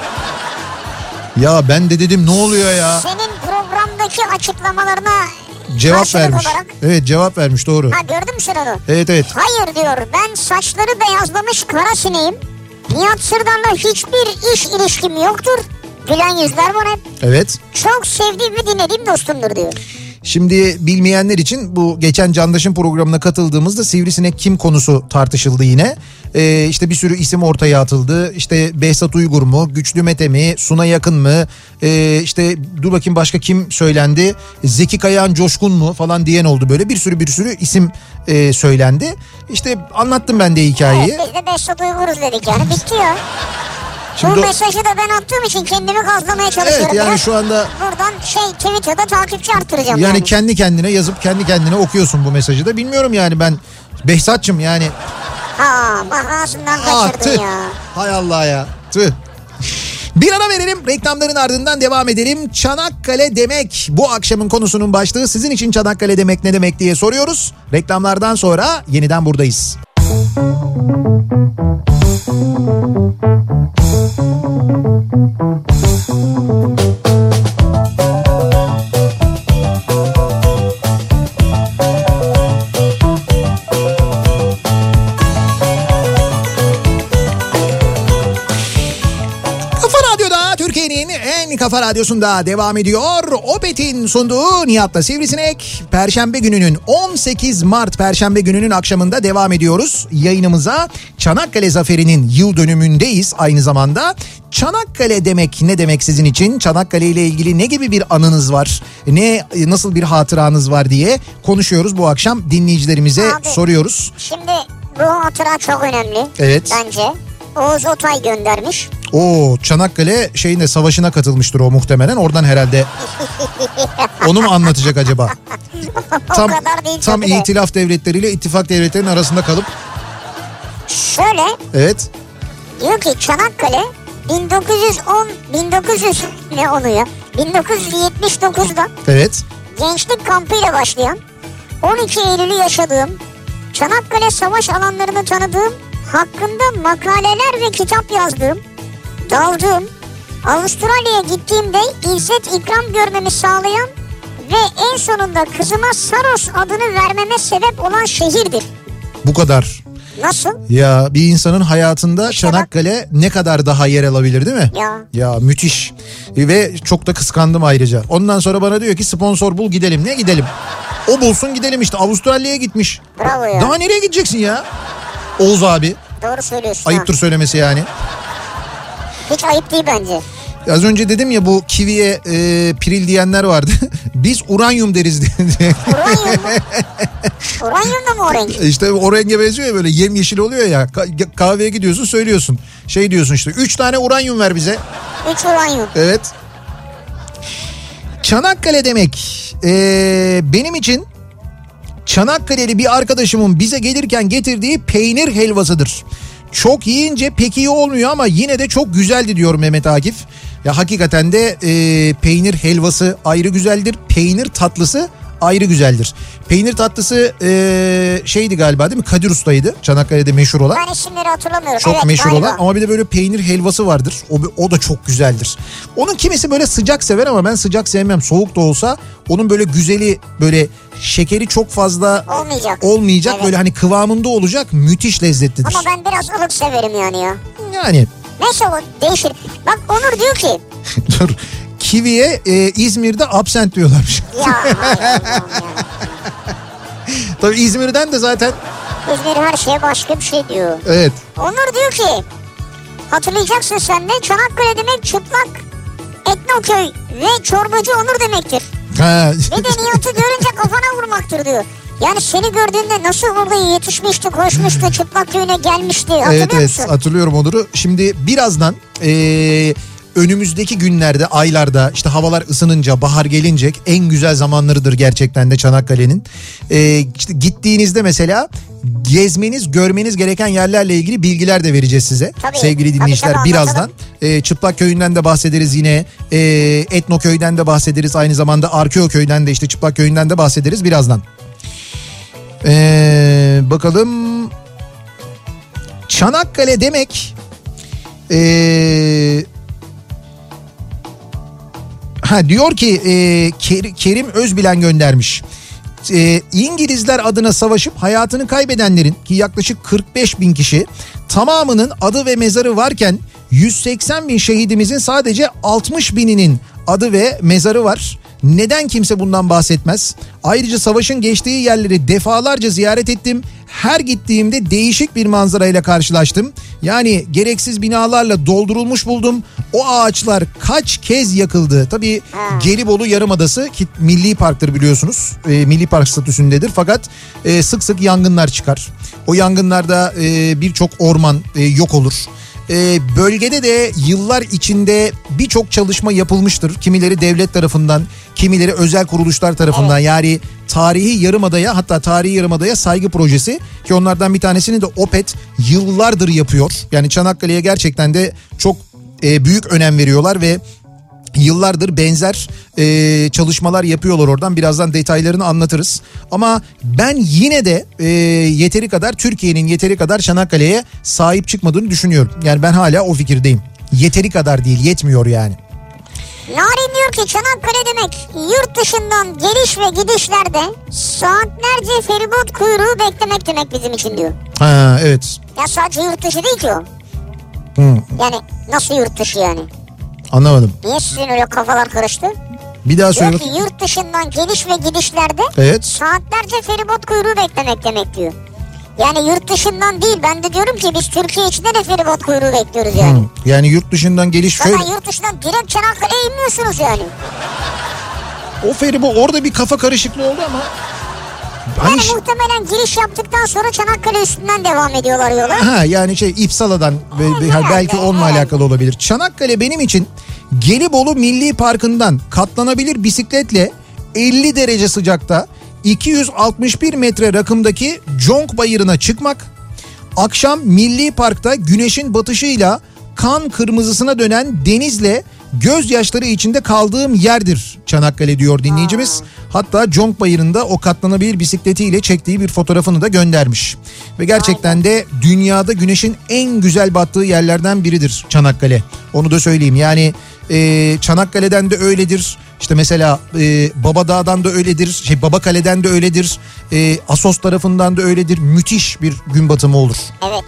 Ya ben de dedim ne oluyor ya? Senin programdaki açıklamalarına cevap vermiş. Olarak... Evet, cevap vermiş, doğru. Ha, gördün mü sen onu? Evet. Hayır diyor, ben saçları beyazlamış kara sineğim. Nihat Sırdar'la hiçbir iş ilişkim yoktur. Gülen yüzler var hep. Evet. Çok sevdiğim ve dinlediğim dostumdur diyor. Şimdi bilmeyenler için, bu geçen Candaş'ın programına katıldığımızda Sivrisinek kim konusu tartışıldı yine. İşte bir sürü isim ortaya atıldı. İşte Behzat Uygur mu, Güçlü Mete mi, Suna Yakın mı, işte dur bakayım başka kim söylendi, Zeki Kayağan Coşkun mu falan diyen oldu, böyle bir sürü isim söylendi. İşte anlattım ben de hikayeyi. Evet, biz de Behzat Uygur'uz dedik yani, bitti ya. Şimdi bu mesajı da ben attığım için kendimi gazlamaya çalışıyorum. Evet, yani şu anda buradan Twitter'da takipçi arttıracağım. Yani kendi kendine yazıp kendi kendine okuyorsun bu mesajı da, bilmiyorum yani ben Behzat'cığım yani. Bak ağzından kaçırdın ya. Hay Allah ya. Tüh. Bir ara verelim, reklamların ardından devam edelim. Çanakkale demek bu akşamın konusunun başlığı. Sizin için Çanakkale demek ne demek diye soruyoruz. Reklamlardan sonra yeniden buradayız. Kafa Radyosu'nda devam ediyor. Opet'in sunduğu Nihat'la Sivrisinek. Perşembe gününün 18 Mart Perşembe gününün akşamında devam ediyoruz yayınımıza. Çanakkale Zaferi'nin yıl dönümündeyiz aynı zamanda. Çanakkale demek ne demek sizin için? Çanakkale ile ilgili ne gibi bir anınız var? Nasıl bir hatıranız var diye konuşuyoruz bu akşam, dinleyicilerimize soruyoruz. Şimdi bu hatıra çok önemli. Evet. Bence. Oğuz Otay göndermiş. Oo, Çanakkale şeyine, savaşına katılmıştır o muhtemelen. Oradan herhalde onu mu anlatacak acaba? Tam itilaf devletleriyle ittifak devletlerinin arasında kalıp. Şöyle. Evet. Diyor ki Çanakkale 1979'da evet. gençlik kampıyla başlayan, 12 Eylül'ü yaşadığım, Çanakkale savaş alanlarını tanıdığım, hakkında makaleler ve kitap yazdığım, daldığım, Avustralya'ya gittiğimde izzet ikram görmemi sağlayan ve en sonunda kızıma Saros adını vermeme sebep olan şehirdir. Bu kadar. Nasıl? Ya bir insanın hayatında işte Çanakkale ne kadar daha yer alabilir değil mi? Ya müthiş. Ve çok da kıskandım ayrıca. Ondan sonra bana diyor ki sponsor bul gidelim. Ne gidelim? O bulsun gidelim işte. Avustralya'ya gitmiş. Bravo ya. Daha nereye gideceksin ya? Oğuz abi. Doğru söylüyorsun. Ayıptır söylemesi yani. Hiç ayıp değil bence. Az önce dedim ya, bu kiviye piril diyenler vardı. Biz uranyum deriz diye. Uranyum mu? Uranyum da mı o renk? İşte o renge benziyor ya, böyle yemyeşil oluyor ya. Kahveye gidiyorsun, söylüyorsun. Şey diyorsun işte, 3 tane uranyum ver bize. 3 uranyum. Evet. Çanakkale demek benim için Çanakkale'li bir arkadaşımın bize gelirken getirdiği peynir helvasıdır. Çok yiyince pek iyi olmuyor ama yine de çok güzeldi diyor Mehmet Akif. Ya hakikaten de peynir helvası ayrı güzeldir. Peynir tatlısı ayrı güzeldir. Peynir tatlısı şeydi galiba değil mi? Kadir Usta'ydı. Çanakkale'de meşhur olan. Ben isimleri hatırlamıyorum. Çok evet, meşhur galiba. olan, ama bir de böyle peynir helvası vardır. O da çok güzeldir. Onun kimisi böyle sıcak sever ama ben sıcak sevmem. Soğuk da olsa onun böyle güzeli, böyle şekeri çok fazla olmayacak. Evet. Böyle hani kıvamında olacak, müthiş lezzetlidir. Ama ben biraz ılık severim yani ya. Yani. Neyse, o değişir. Bak Onur diyor ki. Dur. Kiviye İzmir'de absent diyorlarmış. Ya. Tabii İzmir'den de zaten. İzmir her şeye başka bir şey diyor. Evet. Onur diyor ki, hatırlayacaksın sen de, Çanakkale demek çıplak Etnoköy ve çorbacı Onur demektir. Ha. Ve de Nihat'ı görünce kafana vurmaktır diyor. Yani seni gördüğünde nasıl orada yetişmişti, koşmuştu, çıplak köyüne gelmişti, hatırlıyor musun? Evet, hatırlıyorum Onur'u. Şimdi birazdan önümüzdeki günlerde, aylarda, işte havalar ısınınca, bahar gelince en güzel zamanlarıdır gerçekten de Çanakkale'nin. İşte gittiğinizde mesela gezmeniz, görmeniz gereken yerlerle ilgili bilgiler de vereceğiz size. Tabii, sevgili dinleyiciler, tabii, birazdan. Çıplak Köyü'nden de bahsederiz yine. Etnoköy'den de bahsederiz. Aynı zamanda Arkeoköy'den de, işte Çıplak Köyü'nden de bahsederiz birazdan. Bakalım. Çanakkale demek diyor ki Kerim Özbilen göndermiş. İngilizler adına savaşıp hayatını kaybedenlerin, ki yaklaşık 45 bin kişi, tamamının adı ve mezarı varken 180 bin şehidimizin sadece 60 bininin adı ve mezarı var. Neden kimse bundan bahsetmez? Ayrıca savaşın geçtiği yerleri defalarca ziyaret ettim. Her gittiğimde değişik bir manzarayla karşılaştım. Yani gereksiz binalarla doldurulmuş buldum. O ağaçlar kaç kez yakıldı. Tabii Gelibolu Yarımadası ki milli parktır biliyorsunuz. Milli park statüsündedir. Fakat sık sık yangınlar çıkar. O yangınlarda birçok orman yok olur. Bölgede de yıllar içinde birçok çalışma yapılmıştır. Kimileri devlet tarafından, kimileri özel kuruluşlar tarafından. Evet. Yani tarihi yarımadaya, hatta tarihi yarımadaya saygı projesi, ki onlardan bir tanesini de OPET yıllardır yapıyor. Yani Çanakkale'ye gerçekten de çok büyük önem veriyorlar ve yıllardır benzer çalışmalar yapıyorlar oradan. Birazdan detaylarını anlatırız. Ama ben yine de yeteri kadar, Türkiye'nin yeteri kadar Çanakkale'ye sahip çıkmadığını düşünüyorum. Yani ben hala o fikirdeyim. Yeteri kadar değil, yetmiyor yani. Narin diyor ki Çanakkale demek yurt dışından geliş ve gidişlerde saatlerce feribot kuyruğu beklemek demek bizim için diyor. Ha, evet. Ya sadece yurt dışı değil ki o. Yani nasıl yurt dışı yani? Anlamadım. Niye sizin öyle kafalar karıştı? Bir daha söyle. Diyor ki yurt dışından geliş ve gidişlerde saatlerce feribot kuyruğu beklemek demek diyor. Yani yurt dışından değil, ben de diyorum ki biz Türkiye içinde de feribot kuyruğu bekliyoruz yani. Yani yurt dışından geliş şöyle. Zaten yurt dışından direkt Çanakkale'ye inmiyorsunuz yani. O feribot orada bir kafa karışıklığı oldu ama. Yani muhtemelen giriş yaptıktan sonra Çanakkale üstünden devam ediyorlar yola. Ha, yani İpsala'dan belki onunla alakalı olabilir. Çanakkale benim için Gelibolu Milli Parkı'ndan katlanabilir bisikletle 50 derece sıcakta 261 metre rakımdaki Conk Bayırı'na çıkmak, akşam Milli Park'ta güneşin batışıyla kan kırmızısına dönen denizle gözyaşları içinde kaldığım yerdir Çanakkale diyor dinleyicimiz. Hatta Conk Bayırı'nda o katlanabilir bisikletiyle çektiği bir fotoğrafını da göndermiş. Ve gerçekten de dünyada güneşin en güzel battığı yerlerden biridir Çanakkale. Onu da söyleyeyim. Yani Çanakkale'den de öyledir. İşte mesela Babadağ'dan da öyledir. Babakale'den de öyledir. Assos tarafından da öyledir. Müthiş bir gün batımı olur. Evet.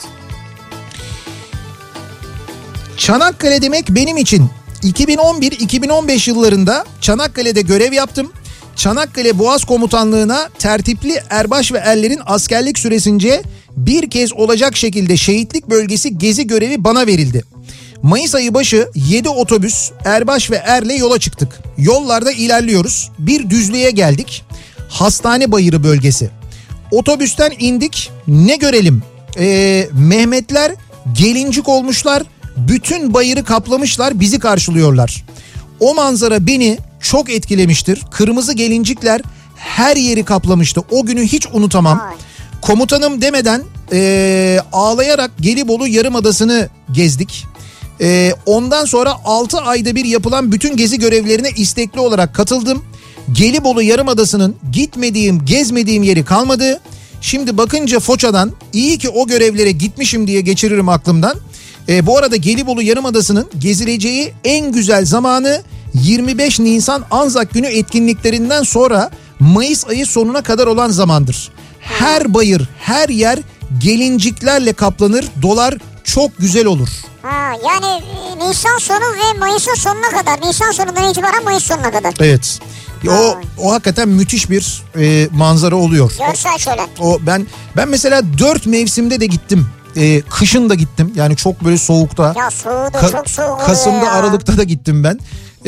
Çanakkale demek benim için 2011-2015 yıllarında Çanakkale'de görev yaptım. Çanakkale Boğaz Komutanlığı'na tertipli erbaş ve erlerin askerlik süresince bir kez olacak şekilde şehitlik bölgesi gezi görevi bana verildi. Mayıs ayı başı 7 otobüs erbaş ve erle yola çıktık. Yollarda ilerliyoruz. Bir düzlüğe geldik. Hastane Bayırı bölgesi. Otobüsten indik. Ne görelim? Mehmetler gelincik olmuşlar. Bütün bayırı kaplamışlar, bizi karşılıyorlar. O manzara beni çok etkilemiştir. Kırmızı gelincikler her yeri kaplamıştı. O günü hiç unutamam. Komutanım demeden ağlayarak Gelibolu Yarımadası'nı gezdik. Ondan sonra 6 ayda bir yapılan bütün gezi görevlerine istekli olarak katıldım. Gelibolu Yarımadası'nın gitmediğim, gezmediğim yeri kalmadı. Şimdi bakınca Foça'dan iyi ki o görevlere gitmişim diye geçiririm aklımdan. Bu arada Gelibolu Yarımadası'nın gezileceği en güzel zamanı 25 Nisan Anzak Günü etkinliklerinden sonra Mayıs ayı sonuna kadar olan zamandır. Her bayır, her yer gelinciklerle kaplanır, dolar, çok güzel olur. Yani Nisan sonu ve Mayıs'ın sonuna kadar, Nisan sonundan itibaren Mayıs sonuna kadar. Evet. O hakikaten müthiş bir manzara oluyor. Görsel şöyle. Ben mesela 4 mevsimde de gittim. Kışın da gittim. Yani çok böyle soğukta. Ya soğudu, çok soğuk oluyor Kasım'da, ya. Aralık'ta da gittim ben.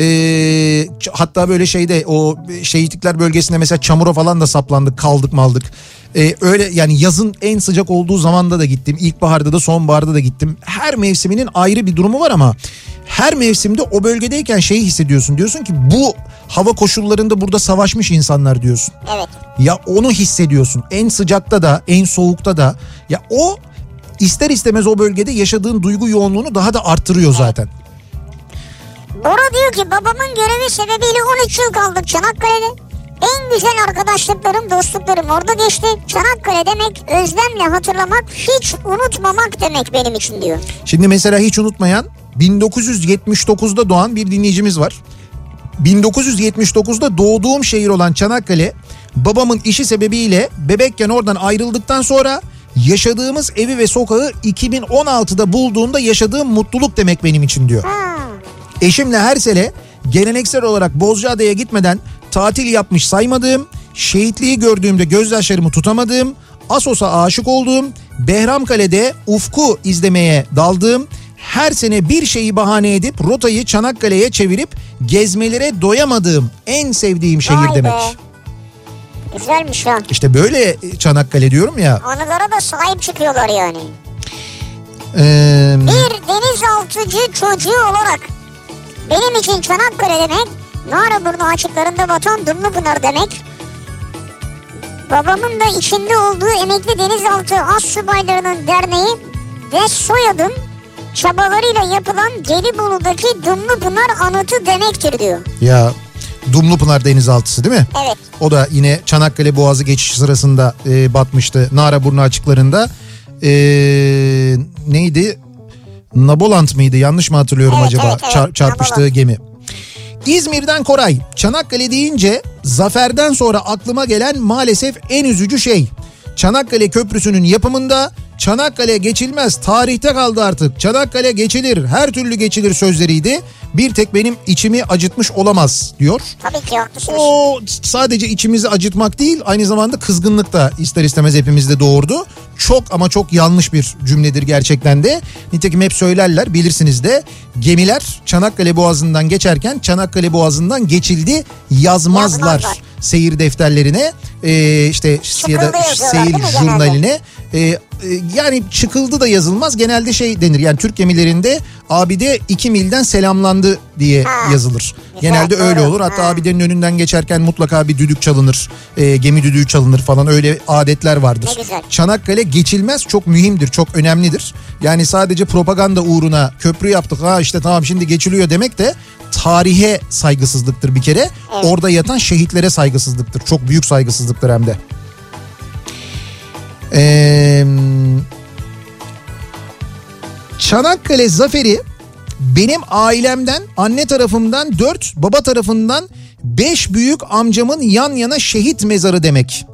Hatta böyle o şehitlikler bölgesinde mesela çamura falan da saplandık, kaldık maldık. Öyle yani yazın en sıcak olduğu zamanda da gittim. İlkbaharda da sonbaharda da gittim. Her mevsiminin ayrı bir durumu var ama her mevsimde o bölgedeyken şeyi hissediyorsun. Diyorsun ki bu hava koşullarında burada savaşmış insanlar diyorsun. Evet. Ya onu hissediyorsun. En sıcakta da, en soğukta da. Ya o ister istemez o bölgede yaşadığın duygu yoğunluğunu daha da arttırıyor zaten. Bora diyor ki babamın görevi sebebiyle 13 yıl kaldık Çanakkale'de. En güzel arkadaşlıklarım, dostluklarım orada geçti. Çanakkale demek özlemle hatırlamak, hiç unutmamak demek benim için diyor. Şimdi mesela hiç unutmayan 1979'da doğan bir dinleyicimiz var. 1979'da doğduğum şehir olan Çanakkale, babamın işi sebebiyle bebekken oradan ayrıldıktan sonra yaşadığımız evi ve sokağı 2016'da bulduğumda yaşadığım mutluluk demek benim için diyor. Eşimle her sene geleneksel olarak Bozcaada'ya gitmeden tatil yapmış saymadığım, şehitliği gördüğümde gözyaşlarımı tutamadığım, Assos'a aşık olduğum, Behramkale'de Ufku izlemeye daldığım, her sene bir şeyi bahane edip rotayı Çanakkale'ye çevirip gezmelere doyamadığım en sevdiğim şehir demek. Güzelmiş ya. İşte böyle Çanakkale diyorum ya. Anılara da sahip çıkıyorlar yani. Bir denizaltıcı çocuğu olarak benim için Çanakkale demek, Naraburnu açıklarında batan Dumlupınar demek. Babamın da içinde olduğu Emekli Denizaltı Astsubaylarının Derneği ve soyadım çabalarıyla yapılan Gelibolu'daki Dumlupınar anıtı demektir diyor. Ya Dumlupınar denizaltısı değil mi? Evet. O da yine Çanakkale Boğazı geçişi sırasında batmıştı Naraburnu açıklarında. Neydi? Naboland mıydı? Yanlış mı hatırlıyorum acaba? Evet, çarpıştığı Naboland. gemi. İzmir'den Koray. Çanakkale deyince zaferden sonra aklıma gelen maalesef en üzücü şey. Çanakkale Köprüsü'nün yapımında Çanakkale geçilmez, tarihte kaldı artık. Çanakkale geçilir, her türlü geçilir sözleriydi. Bir tek benim içimi acıtmış olamaz diyor. Tabii ki haklısınız. O sadece içimizi acıtmak değil, aynı zamanda kızgınlık da ister istemez hepimizde doğurdu. Çok ama çok yanlış bir cümledir gerçekten de. Nitekim hep söylerler, bilirsiniz de, gemiler Çanakkale Boğazı'ndan geçerken Çanakkale Boğazı'ndan geçildi yazmazlar. seyir defterlerine işte ya da seyir jurnaline. Yani çıkıldı da yazılmaz, genelde şey denir yani Türk gemilerinde abide 2 milden selamlandı diye yazılır. Genelde öyle olur, hatta abidenin önünden geçerken mutlaka bir düdük çalınır, gemi düdüğü çalınır falan, öyle adetler vardır. Çanakkale geçilmez, çok mühimdir, çok önemlidir. Yani sadece propaganda uğruna köprü yaptık işte tamam şimdi geçiliyor demek de tarihe saygısızlıktır bir kere. Evet. Orada yatan şehitlere saygısızlıktır, çok büyük saygısızlıktır hem de. Çanakkale Zaferi benim ailemden, anne tarafımdan 4, baba tarafından 5 büyük amcamın yan yana şehit mezarı demek.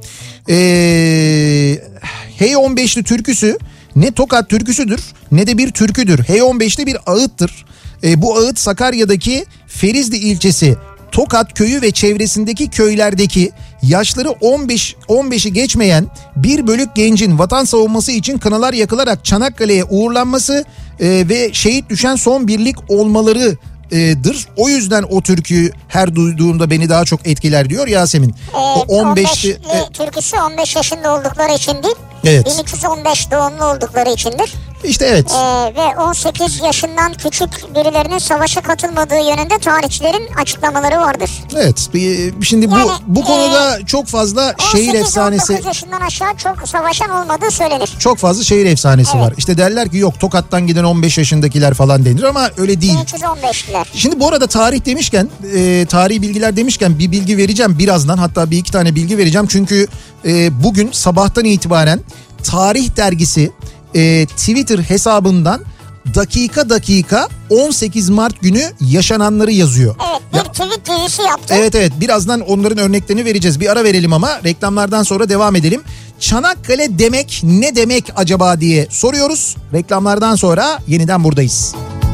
Hey 15'li türküsü ne Tokat türküsüdür ne de bir türküdür. Hey 15'li bir ağıttır. Bu ağıt Sakarya'daki Ferizli ilçesi Tokat köyü ve çevresindeki köylerdeki yaşları 15'i geçmeyen bir bölük gencin vatan savunması için kınalar yakılarak Çanakkale'ye uğurlanması ve şehit düşen son birlik olmalarıdır. O yüzden o türküyü her duyduğumda beni daha çok etkiler diyor Yasemin. O 15'li türküsü 15 yaşında oldukları için değil. Evet. 1315 doğumlu oldukları içindir. İşte evet. Ve 18 yaşından küçük birilerinin savaşa katılmadığı yönünde tarihçilerin açıklamaları vardır. Evet. Şimdi yani, bu konuda çok fazla şehir efsanesi. 18-19 yaşından aşağı çok savaşan olmadığı söylenir. Çok fazla şehir efsanesi var. İşte derler ki yok Tokat'tan giden 15 yaşındakiler falan denir ama öyle değil. 1315'liler. Şimdi bu arada tarih demişken, tarihi bilgiler demişken bir bilgi vereceğim birazdan. Hatta bir iki tane bilgi vereceğim. Çünkü bugün sabahtan itibaren Tarih Dergisi Twitter hesabından dakika 18 Mart günü yaşananları yazıyor. Evet, bir tweet dizisi yaptı. Evet, birazdan onların örneklerini vereceğiz. Bir ara verelim ama reklamlardan sonra devam edelim. Çanakkale demek ne demek acaba diye soruyoruz. Reklamlardan sonra yeniden buradayız.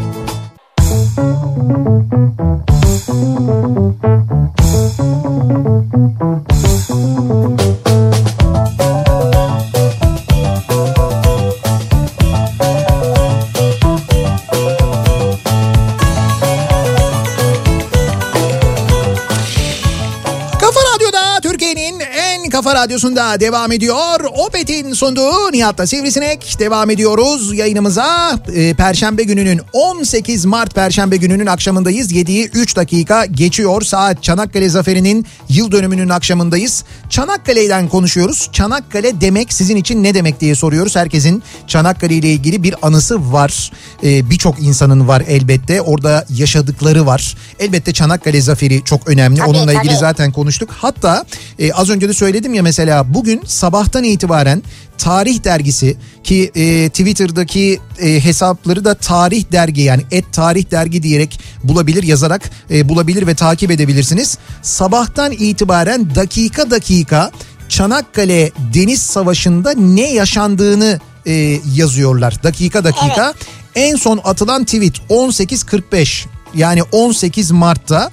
Kafa Radyosu'nda devam ediyor. Opet'in sunduğu Nihat'la Sivrisinek devam ediyoruz yayınımıza. Perşembe gününün 18 Mart Perşembe gününün akşamındayız. 7'yi 3 dakika geçiyor saat. Çanakkale Zaferi'nin yıl dönümünün akşamındayız. Çanakkale'den konuşuyoruz. Çanakkale demek sizin için ne demek diye soruyoruz. Herkesin Çanakkale ile ilgili bir anısı var. Birçok insanın var elbette. Orada yaşadıkları var. Elbette Çanakkale Zaferi çok önemli. Onunla ilgili zaten konuştuk. Hatta az önce de söyledim ya, mesela bugün sabahtan itibaren Tarih Dergisi ki Twitter'daki hesapları da Tarih Dergi, yani @Tarih Dergi diyerek bulabilir, yazarak bulabilir ve takip edebilirsiniz. Sabahtan itibaren dakika Çanakkale Deniz Savaşı'nda ne yaşandığını yazıyorlar. Dakika. Evet. En son atılan tweet 18.45, yani 18 Mart'ta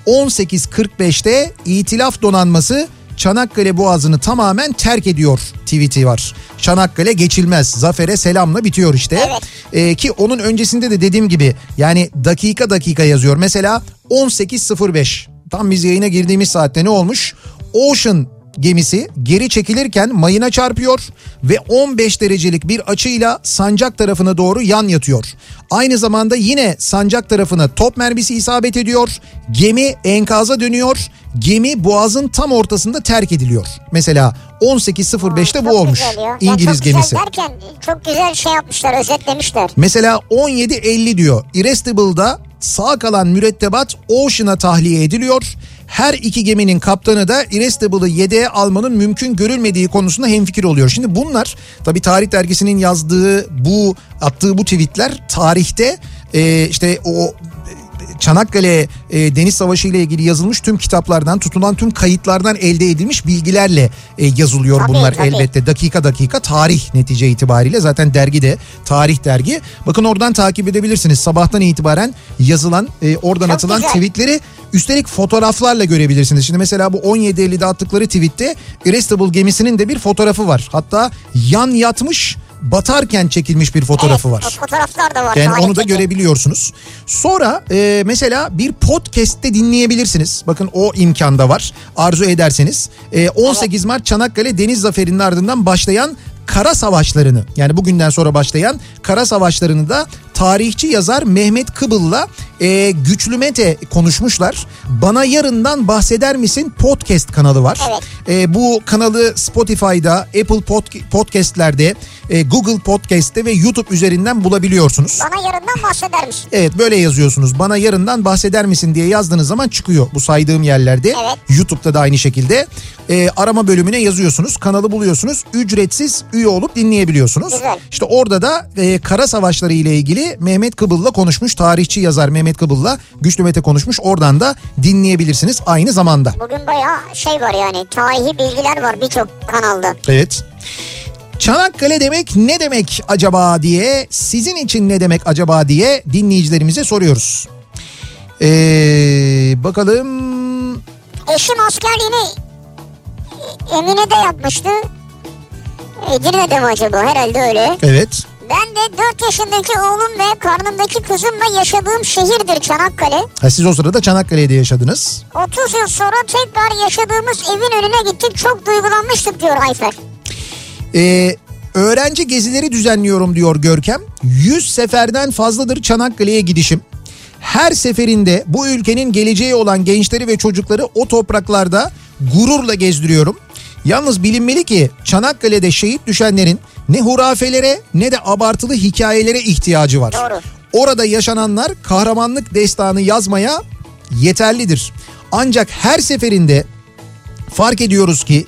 18.45'te İtilaf Donanması Çanakkale Boğazı'nı tamamen terk ediyor tweet'i var. Çanakkale geçilmez, zafere selamla bitiyor işte. Evet. Ki onun öncesinde de dediğim gibi yani dakika yazıyor. Mesela 18.05, tam biz yayına girdiğimiz saatte ne olmuş? Ocean gemisi geri çekilirken mayına çarpıyor ve 15 derecelik bir açıyla Sancak tarafına doğru yan yatıyor. Aynı zamanda yine Sancak tarafına top mermisi isabet ediyor. Gemi enkaza dönüyor. Gemi boğazın tam ortasında terk ediliyor. Mesela 18.05'te bu olmuş. İngiliz gemisi. Derken çok güzel şey yapmışlar, özetlemişler. Mesela 17.50 diyor. Irrestable'da sağ kalan mürettebat Ocean'a tahliye ediliyor. Her iki geminin kaptanı da Irrestable'ı yedeğe almanın mümkün görülmediği konusunda hemfikir oluyor. Şimdi bunlar tabii Tarih Dergisi'nin yazdığı attığı bu tweetler tarihte işte o Çanakkale Deniz Savaşı ile ilgili yazılmış tüm kitaplardan, tutulan tüm kayıtlardan elde edilmiş bilgilerle yazılıyor bunlar elbette. Dakika tarih netice itibariyle, zaten dergi de Tarih Dergi. Bakın oradan takip edebilirsiniz. Sabahtan itibaren yazılan, oradan çok atılan güzel tweetleri üstelik fotoğraflarla görebilirsiniz. Şimdi mesela bu 17.50'de attıkları tweette Irrestable gemisinin de bir fotoğrafı var. Hatta yan yatmış batarken çekilmiş bir fotoğrafı var. O fotoğraflar da var. Yani onu da görebiliyorsunuz. Sonra mesela bir podcast'te dinleyebilirsiniz. Bakın o imkan da var. Arzu ederseniz. 18 Mart Çanakkale Deniz Zaferi'nin ardından başlayan Kara Savaşlarını, yani bugünden sonra başlayan Kara Savaşlarını da tarihçi yazar Mehmet Kıbıl'la Güçlü Mete konuşmuşlar. Bana Yarından Bahseder Misin podcast kanalı var. Evet. Bu kanalı Spotify'da, Apple Podcast'lerde, Google Podcast'te ve YouTube üzerinden bulabiliyorsunuz. Bana Yarından Bahseder Misin? Evet, böyle yazıyorsunuz. Bana Yarından Bahseder Misin diye yazdığınız zaman çıkıyor bu saydığım yerlerde. Evet. YouTube'da da aynı şekilde. Arama bölümüne yazıyorsunuz. Kanalı buluyorsunuz. Ücretsiz üye olup dinleyebiliyorsunuz. Güzel. İşte orada da Kara Savaşları ile ilgili Mehmet Kıbıl'la konuşmuş. Tarihçi yazar Mehmet Kıbıl'la Güçlü Mete konuşmuş. Oradan da dinleyebilirsiniz aynı zamanda. Bugün bayağı şey var yani. Tarihi bilgiler var birçok kanalda. Evet. Çanakkale demek ne demek acaba diye, sizin için ne demek acaba diye dinleyicilerimize soruyoruz. Bakalım. Eşim askerliğini Emine'de yapmıştı. Edirne'de mi acaba? Herhalde öyle. Evet. Ben de 4 yaşındaki oğlum ve karnımdaki kızımla yaşadığım şehirdir Çanakkale. Siz o sırada Çanakkale'de yaşadınız. 30 yıl sonra tekrar yaşadığımız evin önüne gittik. Çok duygulanmıştık diyor Ayfer. Öğrenci gezileri düzenliyorum diyor Görkem. 100 seferden fazladır Çanakkale'ye gidişim. Her seferinde bu ülkenin geleceği olan gençleri ve çocukları o topraklarda gururla gezdiriyorum. Yalnız bilinmeli ki Çanakkale'de şehit düşenlerin ne hurafelere ne de abartılı hikayelere ihtiyacı var. Doğru. Orada yaşananlar kahramanlık destanı yazmaya yeterlidir. Ancak her seferinde fark ediyoruz ki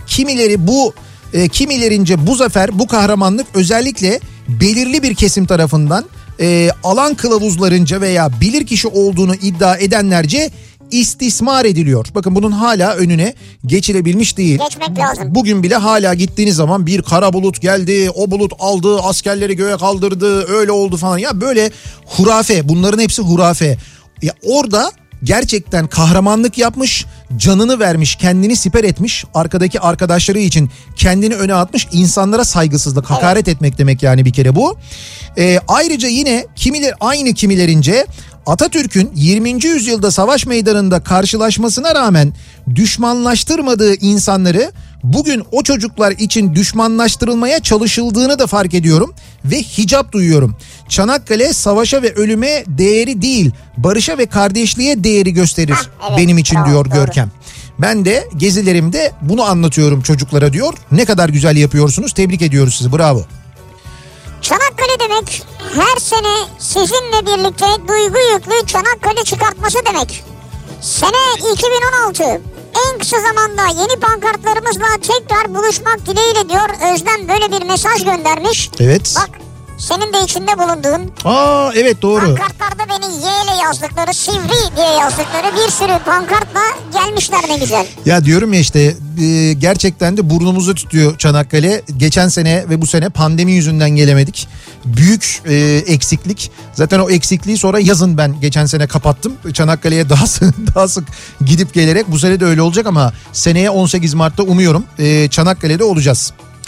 kimilerince bu zafer, bu kahramanlık özellikle belirli bir kesim tarafından alan kılavuzlarınca veya bilirkişi olduğunu iddia edenlerce istismar ediliyor. Bakın bunun hala önüne geçilebilmiş değil. Geçmek lazım. Bugün bile hala gittiğiniz zaman bir kara bulut geldi, o bulut aldı, askerleri göğe kaldırdı, öyle oldu falan. Ya böyle hurafe, bunların hepsi hurafe. Ya orada gerçekten kahramanlık yapmış, canını vermiş, kendini siper etmiş, arkadaki arkadaşları için kendini öne atmış, insanlara saygısızlık, hakaret etmek demek yani bir kere bu. Ayrıca yine kimilerince Atatürk'ün 20. yüzyılda savaş meydanında karşılaşmasına rağmen düşmanlaştırmadığı insanları bugün o çocuklar için düşmanlaştırılmaya çalışıldığını da fark ediyorum ve hicap duyuyorum. Çanakkale savaşa ve ölüme değeri değil, barışa ve kardeşliğe değeri gösterir benim için diyor Görkem. Ben de gezilerimde bunu anlatıyorum çocuklara diyor. Ne kadar güzel yapıyorsunuz, tebrik ediyoruz sizi, bravo. Çanakkale demek her sene sizinle birlikte duygu yüklü Çanakkale çıkartması demek. Sene 2016. En kısa zamanda yeni pankartlarımızla tekrar buluşmak dileğiyle diyor. Özlem böyle bir mesaj göndermiş. Evet. Bak, senin de içinde bulunduğun. Evet, doğru. Pankartlarda beni Y ile yazdıkları, Sivri diye yazdıkları bir sürü pankartla gelmişler, ne güzel. Ya diyorum ya işte gerçekten de burnumuzu tutuyor Çanakkale. Geçen sene ve bu sene pandemi yüzünden gelemedik. Büyük eksiklik. Zaten o eksikliği sonra yazın ben geçen sene kapattım. Çanakkale'ye daha sık gidip gelerek, bu sene de öyle olacak ama seneye 18 Mart'ta umuyorum Çanakkale'de olacağız.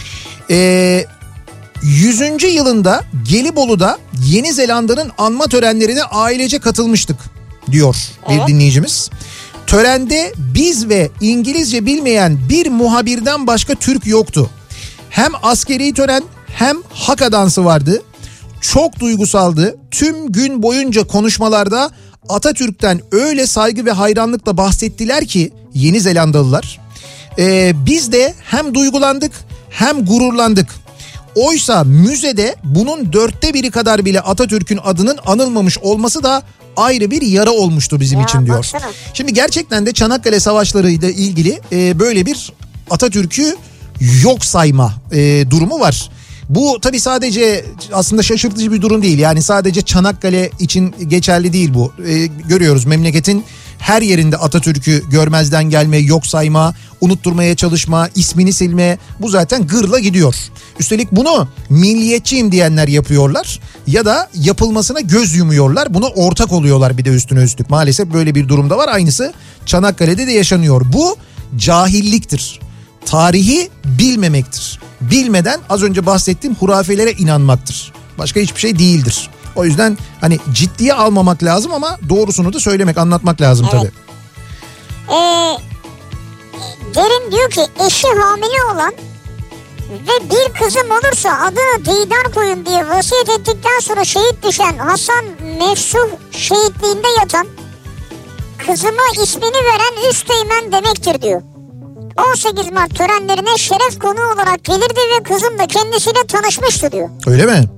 100. yılında Gelibolu'da Yeni Zelanda'nın anma törenlerine ailece katılmıştık diyor bir dinleyicimiz. Törende biz ve İngilizce bilmeyen bir muhabirden başka Türk yoktu. Hem askeri tören hem haka dansı vardı. Çok duygusaldı. Tüm gün boyunca konuşmalarda Atatürk'ten öyle saygı ve hayranlıkla bahsettiler ki Yeni Zelandalılar. Biz de hem duygulandık hem gururlandık. Oysa müzede bunun 1/4 kadar bile Atatürk'ün adının anılmamış olması da ayrı bir yara olmuştu bizim için diyor. Baksana. Şimdi gerçekten de Çanakkale Savaşları ile ilgili böyle bir Atatürk'ü yok sayma durumu var. Bu tabii sadece aslında şaşırtıcı bir durum değil. Yani sadece Çanakkale için geçerli değil bu. Görüyoruz memleketin her yerinde Atatürk'ü görmezden gelme, yok sayma, unutturmaya çalışma, ismini silme, bu zaten gırla gidiyor. Üstelik bunu milliyetçiyim diyenler yapıyorlar ya da yapılmasına göz yumuyorlar. Buna ortak oluyorlar bir de üstüne üstlük. Maalesef böyle bir durumda var. Aynısı Çanakkale'de de yaşanıyor. Bu cahilliktir. tarihi bilmemektir. Bilmeden az önce bahsettiğim hurafelere inanmaktır. Başka hiçbir şey değildir. O yüzden hani ciddiye almamak lazım ama doğrusunu da söylemek, anlatmak lazım tabii. Derin diyor ki eşi hamile olan ve bir kızım olursa adını Didar koyun diye vasiyet ettikten sonra şehit düşen Hasan Mefsuh şehitliğinde yatan kızıma ismini veren üsteğmen demektir diyor. 18 Mart törenlerine şeref konuğu olarak gelirdi ve kızım da kendisiyle tanışmıştı diyor. Öyle mi?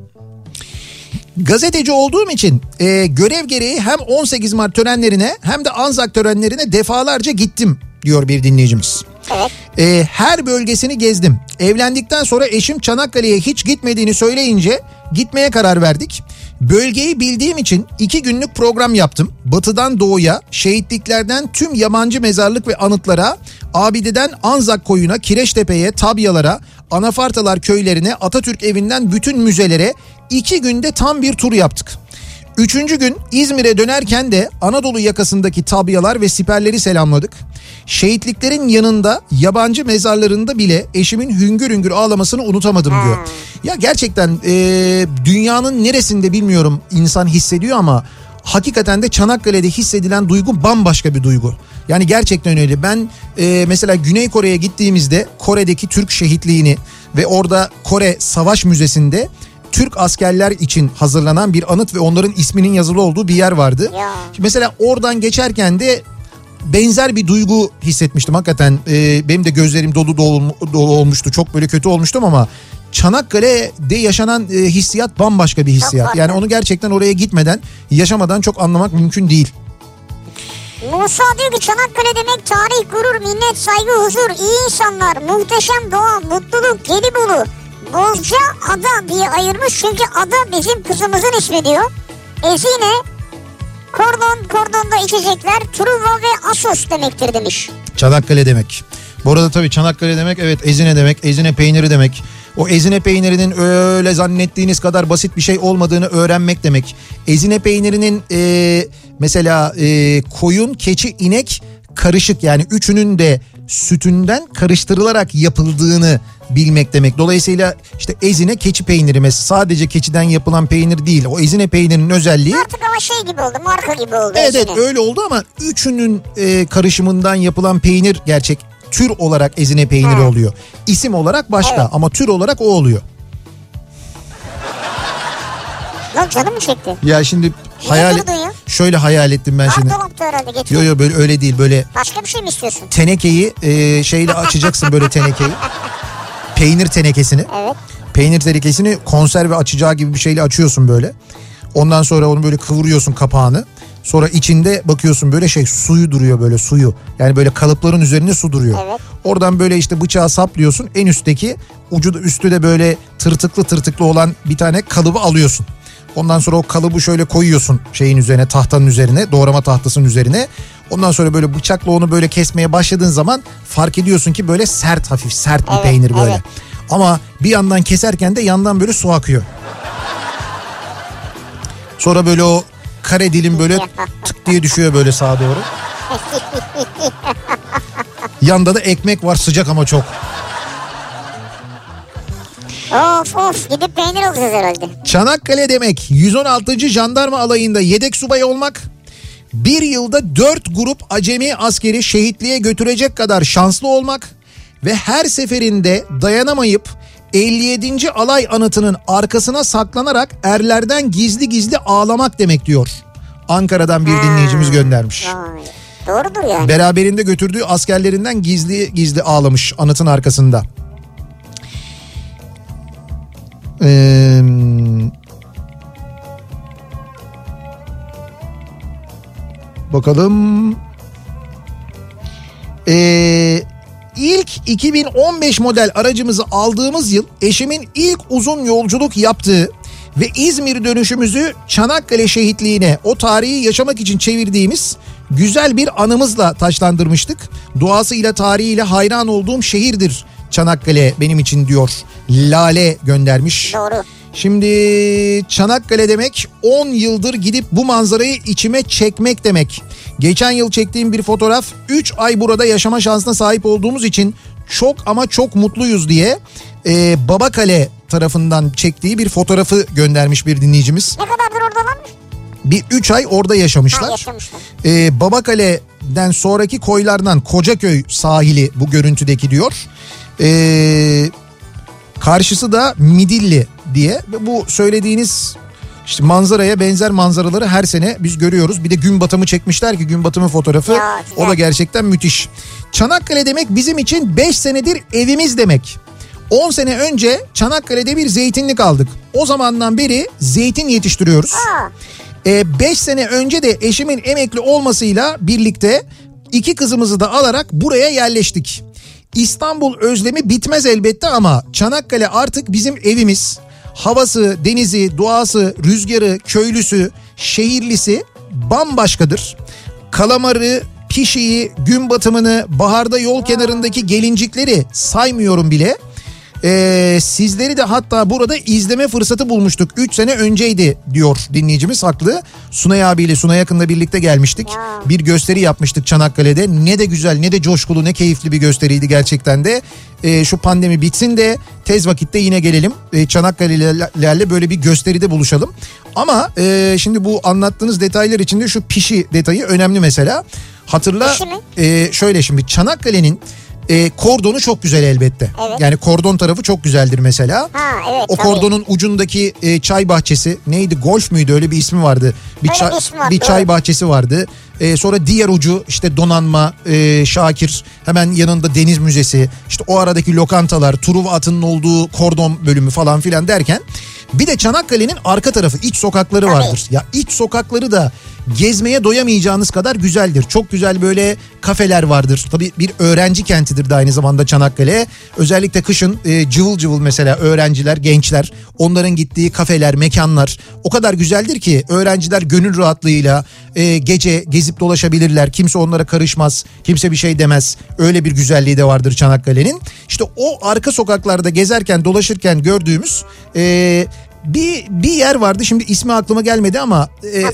Gazeteci olduğum için görev gereği hem 18 Mart törenlerine hem de Anzak törenlerine defalarca gittim diyor bir dinleyicimiz. Evet. Her bölgesini gezdim. Evlendikten sonra eşim Çanakkale'ye hiç gitmediğini söyleyince gitmeye karar verdik. Bölgeyi bildiğim için 2 günlük program yaptım. Batıdan doğuya, şehitliklerden tüm yabancı mezarlık ve anıtlara, Abide'den Anzak Koyu'na, Kireçtepe'ye, Tabyalara, Anafartalar köylerine, Atatürk evinden bütün müzelere 2 günde tam bir tur yaptık. 3. gün İzmir'e dönerken de Anadolu yakasındaki tabyalar ve siperleri selamladık. Şehitliklerin yanında yabancı mezarlarında bile eşimin hüngür hüngür ağlamasını unutamadım diyor. Ya gerçekten dünyanın neresinde bilmiyorum insan hissediyor ama hakikaten de Çanakkale'de hissedilen duygu bambaşka bir duygu. Yani gerçekten öyle. Ben mesela Güney Kore'ye gittiğimizde Kore'deki Türk şehitliğini ve orada Kore Savaş Müzesi'nde Türk askerler için hazırlanan bir anıt ve onların isminin yazılı olduğu bir yer vardı. Ya. Mesela oradan geçerken de benzer bir duygu hissetmiştim. Hakikaten benim de gözlerim dolu olmuştu. Çok böyle kötü olmuştum ama Çanakkale'de yaşanan hissiyat bambaşka bir hissiyat. Yani onu gerçekten oraya gitmeden, yaşamadan çok anlamak mümkün değil. Musa diyor ki Çanakkale demek tarih, gurur, minnet, saygı, huzur, iyi insanlar, muhteşem doğa, mutluluk, Gelibolu, Bozca Ada diye ayırmış. Çünkü ada bizim kızımızın ismi diyor. Ezine, kordonda içecekler, Truva ve Asos demektir demiş. Çanakkale demek. Bu arada tabii Çanakkale demek evet Ezine demek, Ezine peyniri demek. O Ezine peynirinin öyle zannettiğiniz kadar basit bir şey olmadığını öğrenmek demek. Ezine peynirinin mesela koyun, keçi, inek karışık, yani üçünün de sütünden karıştırılarak yapıldığını bilmek demek. Dolayısıyla işte ezine keçi peyniri mesela, sadece keçiden yapılan peynir değil. O ezine peynirinin özelliği... Artık ama şey gibi oldu, marka gibi oldu. Evet, evet öyle oldu ama üçünün karışımından yapılan peynir gerçek tür olarak ezine peyniri oluyor. İsim olarak başka ama tür olarak o oluyor. Lan canım mı çekti? Ya şimdi şöyle hayal ettim ben şimdi. Dolapta herhalde getiriyor. Yo böyle öyle değil, böyle. Başka bir şey mi istiyorsun? Tenekeyi şeyle açacaksın böyle tenekeyi. Peynir tenekesini. Evet. Peynir tenekesini konserve açacağı gibi bir şeyle açıyorsun böyle. Ondan sonra onu böyle kıvırıyorsun kapağını. Sonra içinde bakıyorsun böyle suyu duruyor, böyle suyu. Yani böyle kalıpların üzerinde su duruyor. Evet. Oradan böyle işte bıçağı saplıyorsun. En üstteki üstü de böyle tırtıklı olan bir tane kalıbı alıyorsun. Ondan sonra o kalıbı şöyle koyuyorsun şeyin üzerine, tahtanın üzerine, doğrama tahtasının üzerine. Ondan sonra böyle bıçakla onu böyle kesmeye başladığın zaman fark ediyorsun ki böyle hafif sert bir peynir böyle. Evet. Ama bir yandan keserken de yandan böyle su akıyor. Sonra böyle o kare dilim böyle tık diye düşüyor böyle sağa doğru. Yanda da ekmek var, sıcak ama çok. Of gidip peynir alacağız herhalde. Çanakkale demek 116. Jandarma Alayı'nda yedek subay olmak, bir yılda 4 grup acemi askeri şehitliğe götürecek kadar şanslı olmak ve her seferinde dayanamayıp 57. Alay anıtının arkasına saklanarak erlerden gizli ağlamak demek diyor. Ankara'dan bir dinleyicimiz göndermiş. Vay. Doğrudur yani. Beraberinde götürdüğü askerlerinden gizli ağlamış anıtın arkasında. Bakalım. İlk 2015 model aracımızı aldığımız yıl eşimin ilk uzun yolculuk yaptığı ve İzmir dönüşümüzü Çanakkale şehitliğine, o tarihi yaşamak için çevirdiğimiz güzel bir anımızla taçlandırmıştık. Doğasıyla, tarihiyle hayran olduğum şehirdir Çanakkale benim için diyor. Lale göndermiş. Doğru. Şimdi Çanakkale demek 10 yıldır gidip bu manzarayı içime çekmek demek. Geçen yıl çektiğim bir fotoğraf 3 ay burada yaşama şansına sahip olduğumuz için çok ama çok mutluyuz diye Babakale tarafından çektiği bir fotoğrafı göndermiş bir dinleyicimiz. Ne kadardır oradalarmış? Bir 3 ay orada yaşamışlar. Yaşamışlar. Babakale'den sonraki koylardan Kocaköy sahili bu görüntüdeki diyor. Karşısı da Midilli diye. Bu söylediğiniz işte manzaraya benzer manzaraları her sene biz görüyoruz. Bir de gün batımı çekmişler ki gün batımı fotoğrafı. Ya, o da gerçekten müthiş. Çanakkale demek bizim için 5 senedir evimiz demek. 10 sene önce Çanakkale'de bir zeytinlik aldık. O zamandan beri zeytin yetiştiriyoruz. 5 sene önce de eşimin emekli olmasıyla birlikte 2 kızımızı da alarak buraya yerleştik. İstanbul özlemi bitmez elbette ama Çanakkale artık bizim evimiz. Havası, denizi, doğası, rüzgarı, köylüsü, şehirlisi bambaşkadır. Kalamarı, pişiyi, gün batımını, baharda yol kenarındaki gelincikleri saymıyorum bile. Sizleri de hatta burada izleme fırsatı bulmuştuk. 3 sene önceydi diyor dinleyicimiz, haklı. Sunay abiyle, Sunay Akın'la birlikte gelmiştik. Bir gösteri yapmıştık Çanakkale'de. Ne de güzel, ne de coşkulu, ne keyifli bir gösteriydi gerçekten de. Şu pandemi bitsin de tez vakitte yine gelelim. Çanakkale'lerle böyle bir gösteride buluşalım. Ama şimdi bu anlattığınız detaylar içinde şu pişi detayı önemli mesela. Hatırla, şöyle şimdi Çanakkale'nin kordonu çok güzel elbette. Evet. Yani kordon tarafı çok güzeldir mesela. Evet, o kordonun ucundaki çay bahçesi neydi? Golf müydü? Öyle bir ismi vardı. Bir çay bahçesi vardı. Sonra diğer ucu işte donanma, Şakir, hemen yanında deniz müzesi, işte o aradaki lokantalar, Truva atının olduğu kordon bölümü falan filan derken bir de Çanakkale'nin arka tarafı, iç sokakları vardır. Ya iç sokakları da gezmeye doyamayacağınız kadar güzeldir. Çok güzel böyle kafeler vardır. Tabii bir öğrenci kentidir de aynı zamanda Çanakkale. Özellikle kışın cıvıl cıvıl mesela öğrenciler, gençler, onların gittiği kafeler, mekanlar o kadar güzeldir ki öğrenciler gönül rahatlığıyla gece gezip dolaşabilirler. Kimse onlara karışmaz, kimse bir şey demez. Öyle bir güzelliği de vardır Çanakkale'nin. İşte o arka sokaklarda gezerken, dolaşırken gördüğümüz bir yer vardı, şimdi ismi aklıma gelmedi ama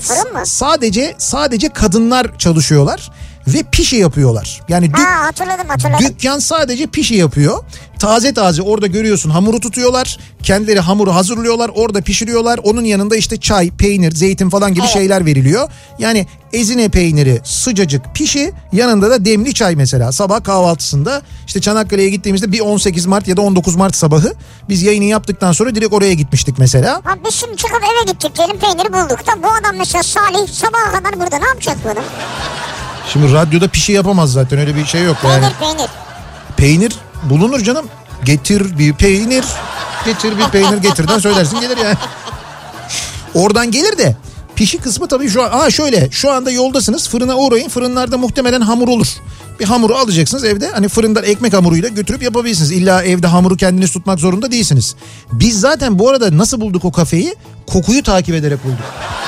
sadece kadınlar çalışıyorlar ve pişi yapıyorlar. Yani hatırladım. Dükkan sadece pişi yapıyor. Taze orada görüyorsun, hamuru tutuyorlar. Kendileri hamuru hazırlıyorlar, orada pişiriyorlar. Onun yanında işte çay, peynir, zeytin falan gibi şeyler veriliyor. Yani ezine peyniri, sıcacık pişi, yanında da demli çay mesela. Sabah kahvaltısında işte Çanakkale'ye gittiğimizde bir 18 Mart ya da 19 Mart sabahı biz yayını yaptıktan sonra direkt oraya gitmiştik mesela. Biz şimdi çıkıp eve gittik diyelim, peyniri bulduk da bu adam mesela Salih sabaha kadar burada ne yapacak bunu? Şimdi radyoda pişi yapamaz zaten, öyle bir şey yok yani. Peynir bulunur canım. Getir bir peynir, getirden söylersin gelir yani. Oradan gelir de pişi kısmı tabii şu anda yoldasınız, fırına uğrayın, fırınlarda muhtemelen hamur olur. Bir hamuru alacaksınız evde, hani fırından ekmek hamuruyla götürüp yapabilirsiniz. İlla evde hamuru kendiniz tutmak zorunda değilsiniz. Biz zaten bu arada nasıl bulduk o kafeyi? Kokuyu takip ederek bulduk.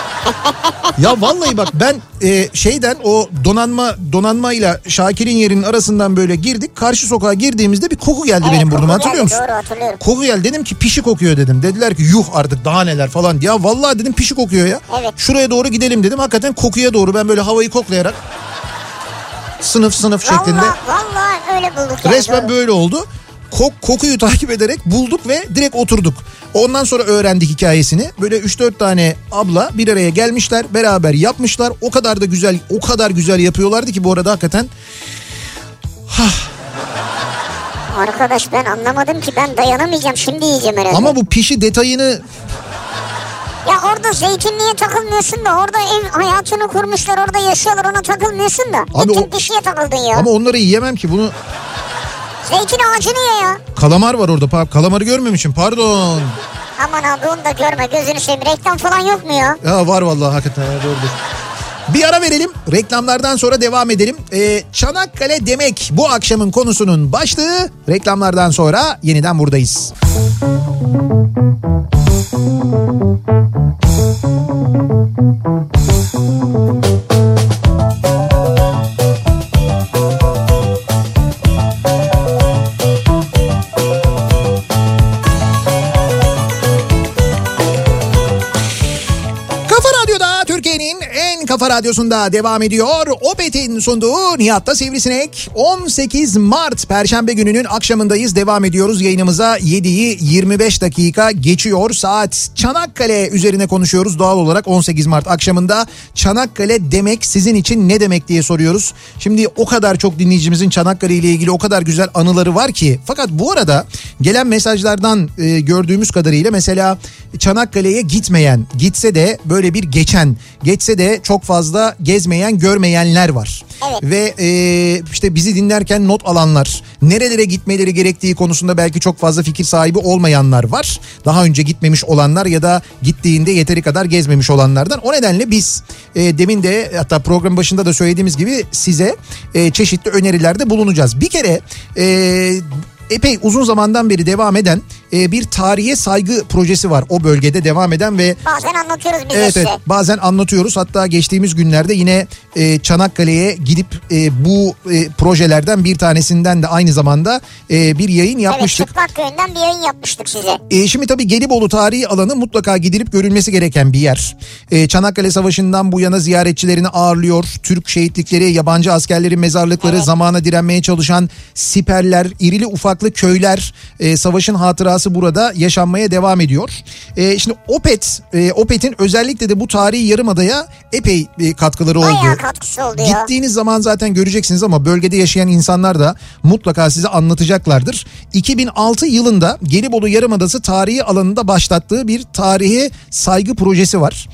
Ya vallahi bak ben o donanmayla Şakir'in yerinin arasından böyle girdik. Karşı sokağa girdiğimizde bir koku geldi benim burnuma, hatırlıyor musun? Doğru hatırlıyorum. Koku geldi, dedim ki pişi kokuyor dedim. Dediler ki yuh artık daha neler falan. Ya vallahi dedim pişi kokuyor ya. Evet. Şuraya doğru gidelim dedim. Hakikaten kokuya doğru ben böyle havayı koklayarak sınıf şeklinde. Vallahi öyle bulduk. Resmen doğru. Böyle oldu. Kokuyu takip ederek bulduk ve direkt oturduk. Ondan sonra öğrendik hikayesini. Böyle 3-4 tane abla bir araya gelmişler, beraber yapmışlar. O kadar güzel yapıyorlardı ki bu arada hakikaten. Arkadaş ben anlamadım ki, ben dayanamayacağım, şimdi yiyeceğim herhalde. Ama bu pişi detayını... Ya orada zeytinliğe takılmıyorsun da, orada ev hayatını kurmuşlar, orada yaşıyorlar, ona takılmıyorsun da. Bütün pişiye takıldın ya. Ama onları yiyemem ki bunu... Zeytin ağacını ye ya. Kalamar var orada. Kalamarı görmemişim, pardon. Aman abi onu da görme, gözünü seveyim. Reklam falan yok mu ya? Ya var vallahi, hakikaten ya, doğrudur. Bir ara verelim, reklamlardan sonra devam edelim. Çanakkale demek bu akşamın konusunun başlığı. Reklamlardan sonra yeniden buradayız. Kafa Radyosu'nda devam ediyor. Opet'in sunduğu Nihat'ta Sivrisinek. 18 Mart Perşembe gününün akşamındayız. Devam ediyoruz yayınımıza. 7'yi 25 dakika geçiyor saat. Çanakkale üzerine konuşuyoruz doğal olarak 18 Mart akşamında. Çanakkale demek sizin için ne demek diye soruyoruz. Şimdi o kadar çok dinleyicimizin Çanakkale ile ilgili o kadar güzel anıları var ki. Fakat bu arada gelen mesajlardan gördüğümüz kadarıyla mesela Çanakkale'ye gitmeyen, gitse de böyle bir geçse de çok fazla gezmeyen, görmeyenler var. Evet. Ve işte bizi dinlerken not alanlar, nerelere gitmeleri gerektiği konusunda belki çok fazla fikir sahibi olmayanlar var. Daha önce gitmemiş olanlar ya da gittiğinde yeteri kadar gezmemiş olanlardan. O nedenle biz demin de hatta program başında da söylediğimiz gibi size çeşitli önerilerde bulunacağız. Bir kere epey uzun zamandan beri devam eden bir tarihe saygı projesi var o bölgede devam eden ve bazen anlatıyoruz biz evet, size. Evet, bazen anlatıyoruz. Hatta geçtiğimiz günlerde yine Çanakkale'ye gidip bu projelerden bir tanesinden de aynı zamanda bir yayın yapmıştık. Evet, Çıplak Köyü'nden bir yayın yapmıştık size. Şimdi tabii Gelibolu tarihi alanı mutlaka gidilip görülmesi gereken bir yer. Çanakkale Savaşı'ndan bu yana ziyaretçilerini ağırlıyor. Türk şehitlikleri, yabancı askerlerin mezarlıkları, evet, zamana direnmeye çalışan siperler, irili ufaklı köyler, savaşın hatırası burada yaşanmaya devam ediyor. Şimdi Opet'in özellikle de bu tarihi yarımadaya epey katkıları oldu. Bayağı katkısı oldu ya. Gittiğiniz zaman zaten göreceksiniz ama bölgede yaşayan insanlar da mutlaka size anlatacaklardır. 2006 yılında Gelibolu Yarımadası tarihi alanında başlattığı bir tarihe saygı projesi var.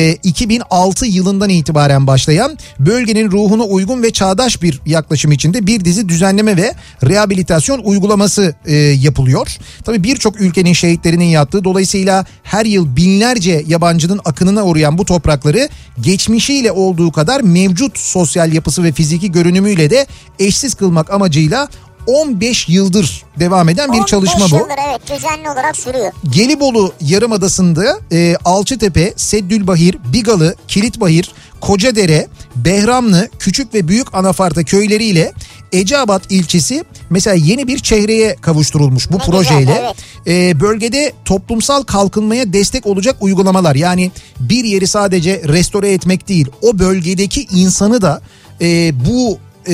2006 yılından itibaren başlayan, bölgenin ruhuna uygun ve çağdaş bir yaklaşım içinde bir dizi düzenleme ve rehabilitasyon uygulaması yapılıyor. Tabii birçok ülkenin şehitlerinin yattığı, dolayısıyla her yıl binlerce yabancının akınına uğrayan bu toprakları geçmişiyle olduğu kadar mevcut sosyal yapısı ve fiziki görünümüyle de eşsiz kılmak amacıyla 15 yıldır devam eden bir çalışma bu. 15 yıldır, evet, düzenli olarak sürüyor. Gelibolu Yarımadası'nda Alçıtepe, Seddülbahir, Bigalı, Kilitbahir, Kocadere, Behramlı, Küçük ve Büyük Anafarta köyleriyle Eceabat ilçesi mesela yeni bir çehreye kavuşturulmuş bu ne projeyle. Güzel, evet. Bölgede toplumsal kalkınmaya destek olacak uygulamalar, yani bir yeri sadece restore etmek değil, o bölgedeki insanı da bu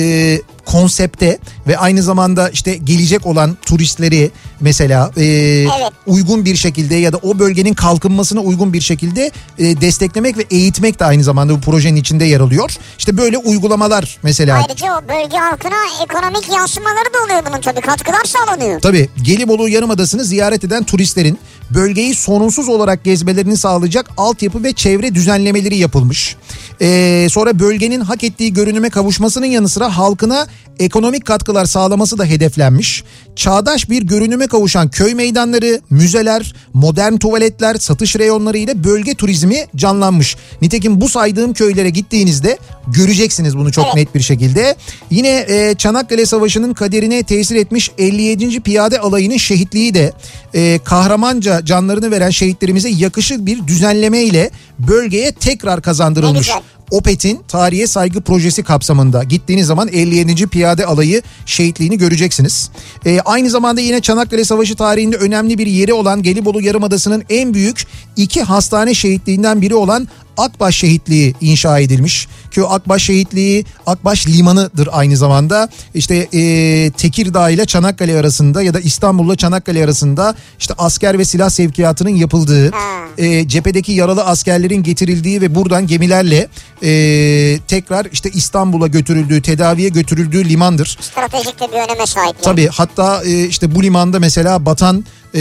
konsepte ve aynı zamanda işte gelecek olan turistleri mesela evet, uygun bir şekilde ya da o bölgenin kalkınmasına uygun bir şekilde desteklemek ve eğitmek de aynı zamanda bu projenin içinde yer alıyor. İşte böyle uygulamalar mesela. Ayrıca o bölge halkına ekonomik yansımaları da oluyor bunun, tabii katkılar sağlanıyor. Tabii Gelibolu Yarımadası'nı ziyaret eden turistlerin bölgeyi sorunsuz olarak gezmelerini sağlayacak altyapı ve çevre düzenlemeleri yapılmış. Sonra bölgenin hak ettiği görünüme kavuşmasının yanı sıra halkına ekonomik katkılar sağlaması da hedeflenmiş. Çağdaş bir görünüme kavuşan köy meydanları, müzeler, modern tuvaletler, satış reyonları ile bölge turizmi canlanmış. Nitekim bu saydığım köylere gittiğinizde göreceksiniz bunu çok net bir şekilde. Yine Çanakkale Savaşı'nın kaderine tesir etmiş 57. Piyade Alayı'nın şehitliği de kahramanca canlarını veren şehitlerimize yakışır bir düzenleme ile bölgeye tekrar kazandırılmış. Opet'in tarihe saygı projesi kapsamında gittiğiniz zaman 57. Piyade Alayı şehitliğini göreceksiniz. Aynı zamanda yine Çanakkale Savaşı tarihinde önemli bir yeri olan Gelibolu Yarımadası'nın en büyük 2 hastane şehitliğinden biri olan Akbaş Şehitliği inşa edilmiş. Ki o Akbaş Şehitliği Akbaş Limanı'dır aynı zamanda. İşte Tekirdağ ile Çanakkale arasında ya da İstanbul'la Çanakkale arasında işte asker ve silah sevkiyatının yapıldığı, cephedeki yaralı askerlerin getirildiği ve buradan gemilerle tekrar işte İstanbul'a götürüldüğü, tedaviye götürüldüğü limandır. Stratejik de bir öneme sahip. Tabii, hatta işte bu limanda mesela batan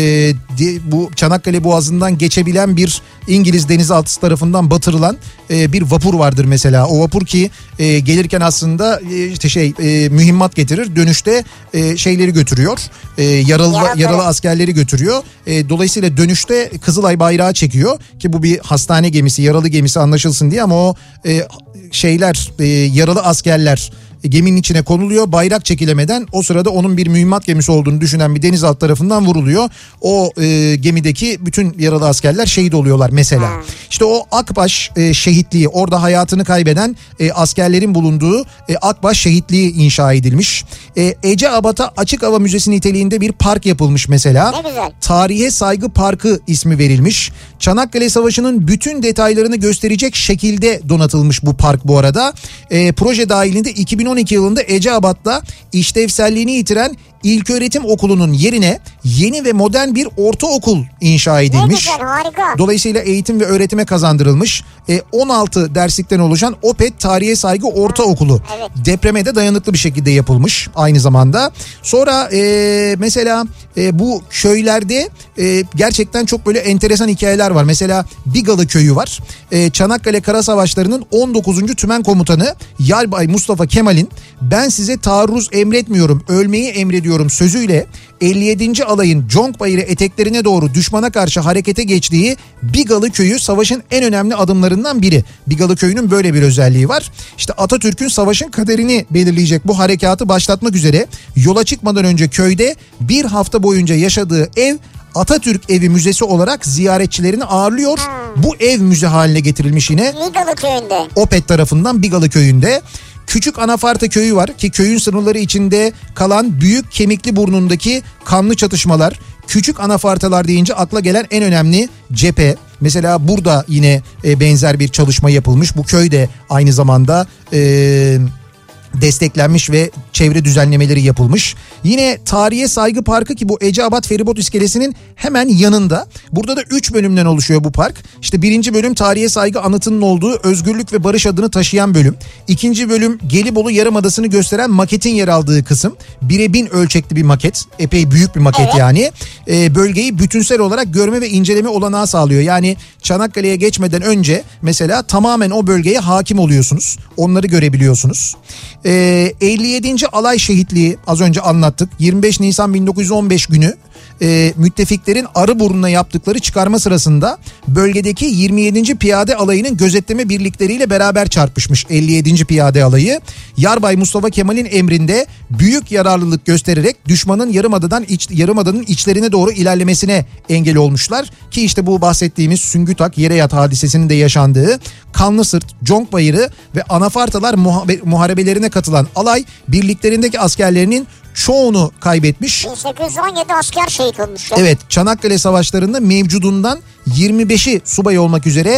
bu Çanakkale Boğazı'ndan geçebilen bir İngiliz denizaltısı tarafından batırılan bir vapur vardır mesela. O vapur ki gelirken aslında işte mühimmat getirir, dönüşte şeyleri götürüyor, yaralı askerleri götürüyor. Dolayısıyla dönüşte Kızılay bayrağı çekiyor ki bu bir hastane gemisi, yaralı gemisi anlaşılsın diye, ama o yaralı askerler geminin içine konuluyor, bayrak çekilemeden o sırada onun bir mühimmat gemisi olduğunu düşünen bir denizaltı tarafından vuruluyor. O gemideki bütün yaralı askerler şehit oluyorlar mesela. İşte o Akbaş şehitliği, orada hayatını kaybeden askerlerin bulunduğu Akbaş şehitliği inşa edilmiş. Eceabat'a açık hava müzesi niteliğinde bir park yapılmış mesela. Ne güzel. Tarihe Saygı Parkı ismi verilmiş. Çanakkale Savaşı'nın bütün detaylarını gösterecek şekilde donatılmış bu park bu arada. Proje dahilinde 2012 yılında Eceabat'ta işlevselliğini yitiren İlköğretim Okulu'nun yerine yeni ve modern bir ortaokul inşa edilmiş. Ne güzel, harika. Dolayısıyla eğitim ve öğretime kazandırılmış. 16 derslikten oluşan Opet Tarihe Saygı Ortaokulu. Evet. Depreme de dayanıklı bir şekilde yapılmış aynı zamanda. Sonra mesela bu köylerde gerçekten çok böyle enteresan hikayeler var. Mesela Bigalı Köyü var. Çanakkale Kara Savaşları'nın 19. Tümen Komutanı Yarbay Mustafa Kemal'in "Ben size taarruz emretmiyorum, ölmeyi emrediyorum" sözüyle 57. Alayın Conkbayırı eteklerine doğru düşmana karşı harekete geçtiği Bigalı Köyü savaşın en önemli adımlarından biri. Bigalı Köyü'nün böyle bir özelliği var. İşte Atatürk'ün savaşın kaderini belirleyecek bu harekatı başlatmak üzere yola çıkmadan önce köyde bir hafta boyunca yaşadığı ev Atatürk Evi Müzesi olarak ziyaretçilerini ağırlıyor. Bu ev müze haline getirilmiş yine. Bigalı Köyü'nde. Opet tarafından Bigalı Köyü'nde. Küçük Anafarta Köyü var ki köyün sınırları içinde kalan Büyük Kemikliburnu'ndaki kanlı çatışmalar. Küçük Anafartalar deyince akla gelen en önemli cephe. Mesela burada yine benzer bir çalışma yapılmış. Bu köy de aynı zamanda desteklenmiş ve çevre düzenlemeleri yapılmış. Yine Tarihe Saygı Parkı ki bu Eceabat Feribot İskelesi'nin hemen yanında. Burada da 3 bölümden oluşuyor bu park. İşte 1. bölüm Tarihe Saygı anıtının olduğu Özgürlük ve Barış adını taşıyan bölüm. 2. bölüm Gelibolu Yarımadası'nı gösteren maketin yer aldığı kısım. 1'e 1000 ölçekli bir maket. Epey büyük bir maket yani. Bölgeyi bütünsel olarak görme ve inceleme olanağı sağlıyor. Yani Çanakkale'ye geçmeden önce mesela tamamen o bölgeye hakim oluyorsunuz. Onları görebiliyorsunuz. 57. Alay Şehitliği az önce anlattık. 25 Nisan 1915 günü müttefiklerin Arıburnu'na yaptıkları çıkarma sırasında bölgedeki 27. Piyade Alayı'nın gözetleme birlikleriyle beraber çarpışmış 57. Piyade Alayı. Yarbay Mustafa Kemal'in emrinde büyük yararlılık göstererek düşmanın Yarımada'nın içlerine doğru ilerlemesine engel olmuşlar. Ki işte bu bahsettiğimiz Süngütak yere yat hadisesinin de yaşandığı Kanlısırt, Conkbayırı ve Anafartalar muharebelerine katılan alay birliklerindeki askerlerinin çoğunu kaybetmiş. 1817 asker şehit olmuş. Evet, Çanakkale Savaşları'nda mevcudundan 25'i subay olmak üzere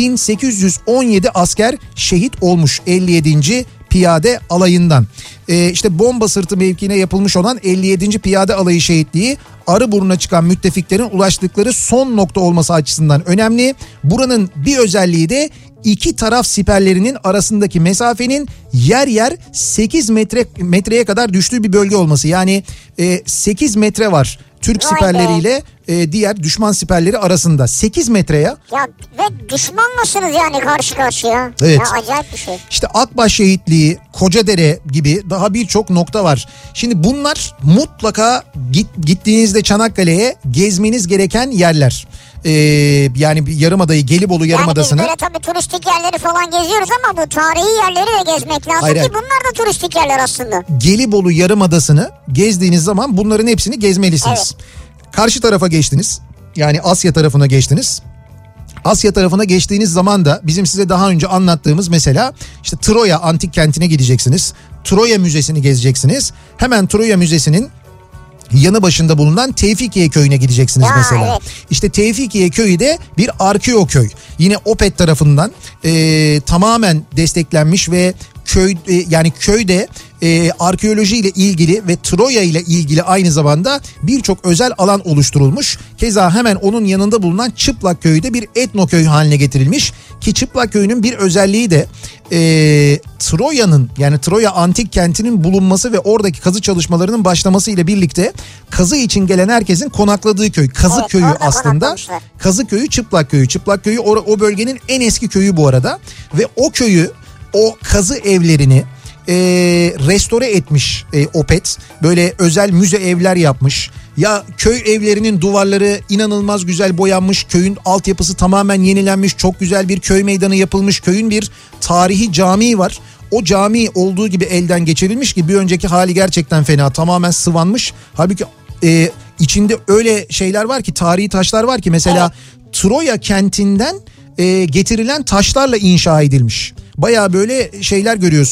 1817 asker şehit olmuş 57. Piyade Alayı'ndan. İşte Bomba Sırtı mevkiine yapılmış olan 57. Piyade Alayı şehitliği Arıburnu'na çıkan müttefiklerin ulaştıkları son nokta olması açısından önemli. Buranın bir özelliği de iki taraf siperlerinin arasındaki mesafenin yer yer 8 metreye kadar düştüğü bir bölge olması. Yani 8 metre var Türk siperleriyle diğer düşman siperleri arasında. 8 metre ya. Ya ve düşmanlasınız yani karşı karşıya. Evet. Ya acayip bir şey. İşte Akbaş Şehitliği, Kocadere gibi daha birçok nokta var. Şimdi bunlar mutlaka gittiğinizde Çanakkale'ye gezmeniz gereken yerler. Yani Yarımada'yı, Gelibolu Yarımadası'nı. Yani biz böyle tabii turistik yerleri falan geziyoruz ama bu tarihi yerleri de gezmek lazım. Hayır, ki bunlar da turistik yerler aslında. Gelibolu Yarımadası'nı gezdiğiniz zaman bunların hepsini gezmelisiniz. Evet. Karşı tarafa geçtiniz. Yani Asya tarafına geçtiniz. Asya tarafına geçtiğiniz zaman da bizim size daha önce anlattığımız mesela işte Troya antik kentine gideceksiniz. Troya Müzesi'ni gezeceksiniz. Hemen Troya Müzesi'nin yanı başında bulunan Tevfikiye Köyü'ne gideceksiniz mesela. Evet. İşte Tevfikiye Köyü de bir arkeo köy. Yine Opet tarafından tamamen desteklenmiş ve köyde arkeoloji ile ilgili ve Troya ile ilgili aynı zamanda birçok özel alan oluşturulmuş. Keza hemen onun yanında bulunan Çıplak Köyü de bir etno köy haline getirilmiş. Ki Çıplak Köyü'nün bir özelliği de Troya'nın, yani Troya antik kentinin bulunması ve oradaki kazı çalışmalarının başlaması ile birlikte kazı için gelen herkesin konakladığı köy. Kazı Köyü aslında. Kazı Köyü, Çıplak Köyü. Çıplak Köyü o bölgenin en eski köyü bu arada. Ve o köyü, o kazı evlerini restore etmiş Opet. Böyle özel müze evler yapmış. Ya köy evlerinin duvarları inanılmaz güzel boyanmış. Köyün altyapısı tamamen yenilenmiş. Çok güzel bir köy meydanı yapılmış. Köyün bir tarihi camii var. O cami olduğu gibi elden geçirilmiş ki bir önceki hali gerçekten fena. Tamamen sıvanmış. Halbuki içinde öyle şeyler var ki, tarihi taşlar var ki mesela Troya kentinden getirilen taşlarla inşa edilmiş. Bayağı böyle şeyler görüyorsunuz.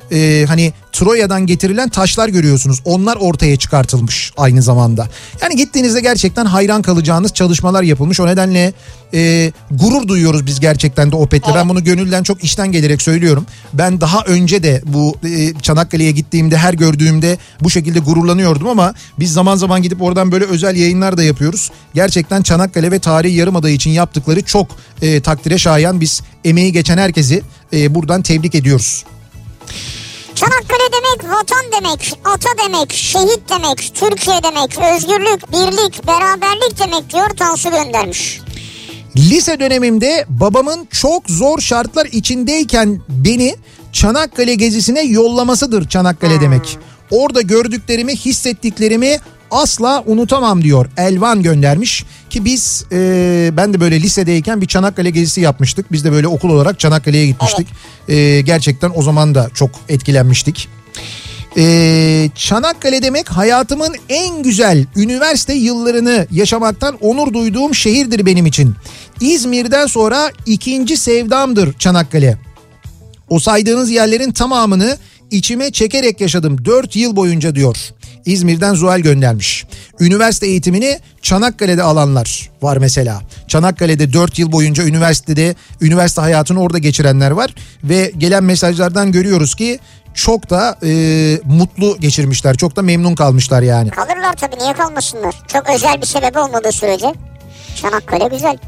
hani Troya'dan getirilen taşlar görüyorsunuz. Onlar ortaya çıkartılmış aynı zamanda. Yani gittiğinizde gerçekten hayran kalacağınız çalışmalar yapılmış. O nedenle gurur duyuyoruz biz gerçekten de Opet'le. Evet. Ben bunu gönülden çok içten gelerek söylüyorum. Ben daha önce de bu Çanakkale'ye gittiğimde her gördüğümde bu şekilde gururlanıyordum ama biz zaman zaman gidip oradan böyle özel yayınlar da yapıyoruz. Gerçekten Çanakkale ve Tarihi Yarımada için yaptıkları çok takdire şayan. Biz emeği geçen herkesi buradan tebrik ediyoruz. Çanakkale demek vatan demek, ata demek, şehit demek, Türkiye demek, özgürlük, birlik, beraberlik demek diyor, Tansu göndermiş. Lise dönemimde babamın çok zor şartlar içindeyken beni Çanakkale gezisine yollamasıdır Çanakkale demek. Orada gördüklerimi, hissettiklerimi asla unutamam diyor. Elvan göndermiş ki biz ben de böyle lisedeyken bir Çanakkale gezisi yapmıştık. Biz de böyle okul olarak Çanakkale'ye gitmiştik. Evet. Gerçekten o zaman da çok etkilenmiştik. Çanakkale demek hayatımın en güzel üniversite yıllarını yaşamaktan onur duyduğum şehirdir benim için. İzmir'den sonra ikinci sevdamdır Çanakkale. O saydığınız yerlerin tamamını içime çekerek yaşadım 4 yıl boyunca diyor. İzmir'den Zuhal göndermiş. Üniversite eğitimini Çanakkale'de alanlar var mesela. Çanakkale'de 4 yıl boyunca üniversite hayatını orada geçirenler var. Ve gelen mesajlardan görüyoruz ki çok da mutlu geçirmişler. Çok da memnun kalmışlar yani. Kalırlar tabii, niye kalmasınlar? Çok özel bir sebebi olmadığı sürece Çanakkale güzel.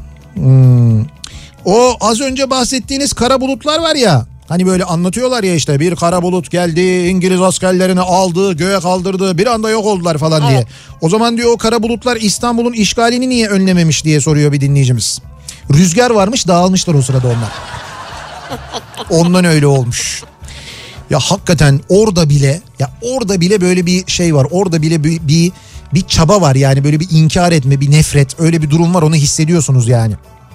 O az önce bahsettiğiniz kara bulutlar var ya. Hani böyle anlatıyorlar ya, işte bir kara bulut geldi, İngiliz askerlerini aldı, göğe kaldırdı, bir anda yok oldular falan diye. O zaman diyor o kara bulutlar İstanbul'un işgalini niye önlememiş diye soruyor bir dinleyicimiz. Rüzgar varmış, dağılmışlar o sırada onlar. Ondan öyle olmuş. Ya hakikaten orada bile böyle bir şey var. Orada bile bir çaba var yani, böyle bir inkar etme, bir nefret, öyle bir durum var, onu hissediyorsunuz yani.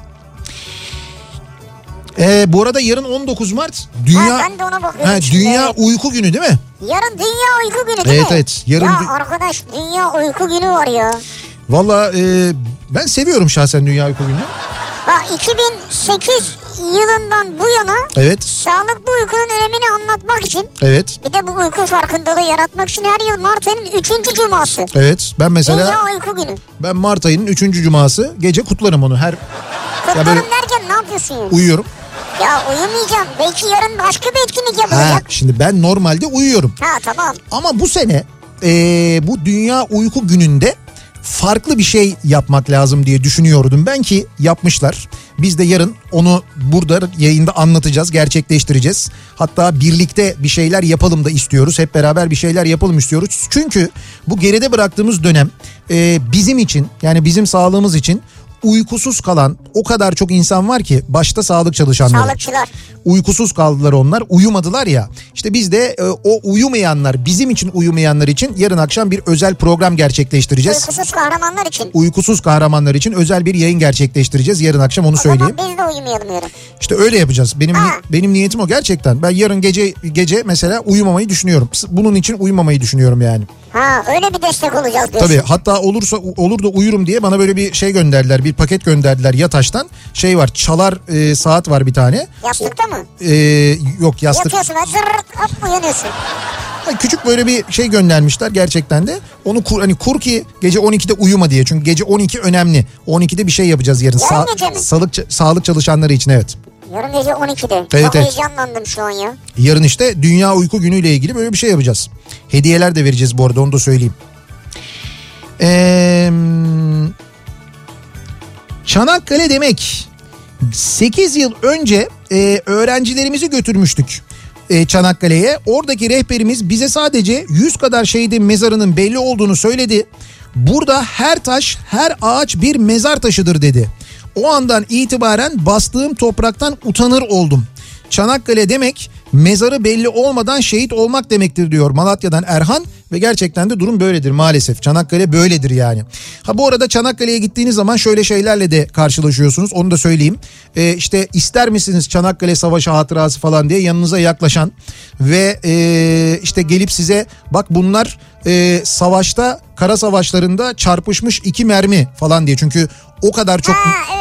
Bu arada yarın 19 Mart Dünya ben de ona bakıyorum Dünya Uyku Günü değil mi? Yarın Dünya Uyku Günü değil mi? Evet. Yarın ya arkadaş, Dünya Uyku Günü var ya. Valla ben seviyorum şahsen Dünya Uyku Günü. Bak 2008 yılından bu yana sağlıklı uykunun önemini anlatmak için, bir de bu uyku farkındalığı yaratmak için her yıl Mart ayının 3. cuması. Evet, ben mesela Dünya Uyku Günü. Ben Mart ayının 3. cuması gece kutlarım onu. Kutlarım derken ne yapıyorsun yani? Uyuyorum. Ya uyumayacağım. Belki yarın başka bir etkinlik yapılacak. Şimdi ben normalde uyuyorum. Tamam. Ama bu sene bu Dünya Uyku Günü'nde farklı bir şey yapmak lazım diye düşünüyordum ben ki yapmışlar. Biz de yarın onu burada yayında anlatacağız, gerçekleştireceğiz. Hatta birlikte bir şeyler yapalım da istiyoruz. Hep beraber bir şeyler yapalım istiyoruz. Çünkü bu geride bıraktığımız dönem bizim için, yani bizim sağlığımız için uykusuz kalan o kadar çok insan var ki, başta sağlık çalışanları. Sağlıkçılar. Uykusuz kaldılar onlar, uyumadılar ya. İşte biz de o uyumayanlar, bizim için uyumayanlar için yarın akşam bir özel program gerçekleştireceğiz. Uykusuz kahramanlar için. Uykusuz kahramanlar için özel bir yayın gerçekleştireceğiz yarın akşam, onu söyleyeyim. O zaman biz de uyumayalım yarın. İşte öyle yapacağız. Benim niyetim o gerçekten. Ben yarın gece mesela uyumamayı düşünüyorum. Bunun için uyumamayı düşünüyorum yani. Öyle bir destek olacağız diyorsun. Tabii, hatta olur da uyurum diye bana böyle bir şey gönderdiler. Bir paket gönderdiler Yataş'tan. Şey var, çalar saat var bir tane. Yastıkta mı? Yok, yastık. Yatıyorsun, zırrt uyanıyorsun. Küçük böyle bir şey göndermişler gerçekten de. Onu kur ki gece 12'de uyuma diye. Çünkü gece 12 önemli. 12'de bir şey yapacağız yarın. Yarın gece mi? Sağlık çalışanları için, evet. Yarın gece 12'de. Evet, Çok heyecanlandım şu an ya. Yarın işte Dünya Uyku Günü ile ilgili böyle bir şey yapacağız. Hediyeler de vereceğiz bu arada, onu da söyleyeyim. Çanakkale demek. 8 yıl önce öğrencilerimizi götürmüştük Çanakkale'ye. Oradaki rehberimiz bize sadece 100 kadar şehidin mezarının belli olduğunu söyledi. Burada her taş, her ağaç bir mezar taşıdır dedi. O andan itibaren bastığım topraktan utanır oldum. Çanakkale demek mezarı belli olmadan şehit olmak demektir diyor Malatya'dan Erhan. Ve gerçekten de durum böyledir maalesef. Çanakkale böyledir yani. Bu arada Çanakkale'ye gittiğiniz zaman şöyle şeylerle de karşılaşıyorsunuz. Onu da söyleyeyim. İşte ister misiniz Çanakkale Savaşı hatırası falan diye yanınıza yaklaşan ve işte gelip size bak bunlar savaşta, kara savaşlarında çarpışmış 2 mermi falan diye. Çünkü o kadar çok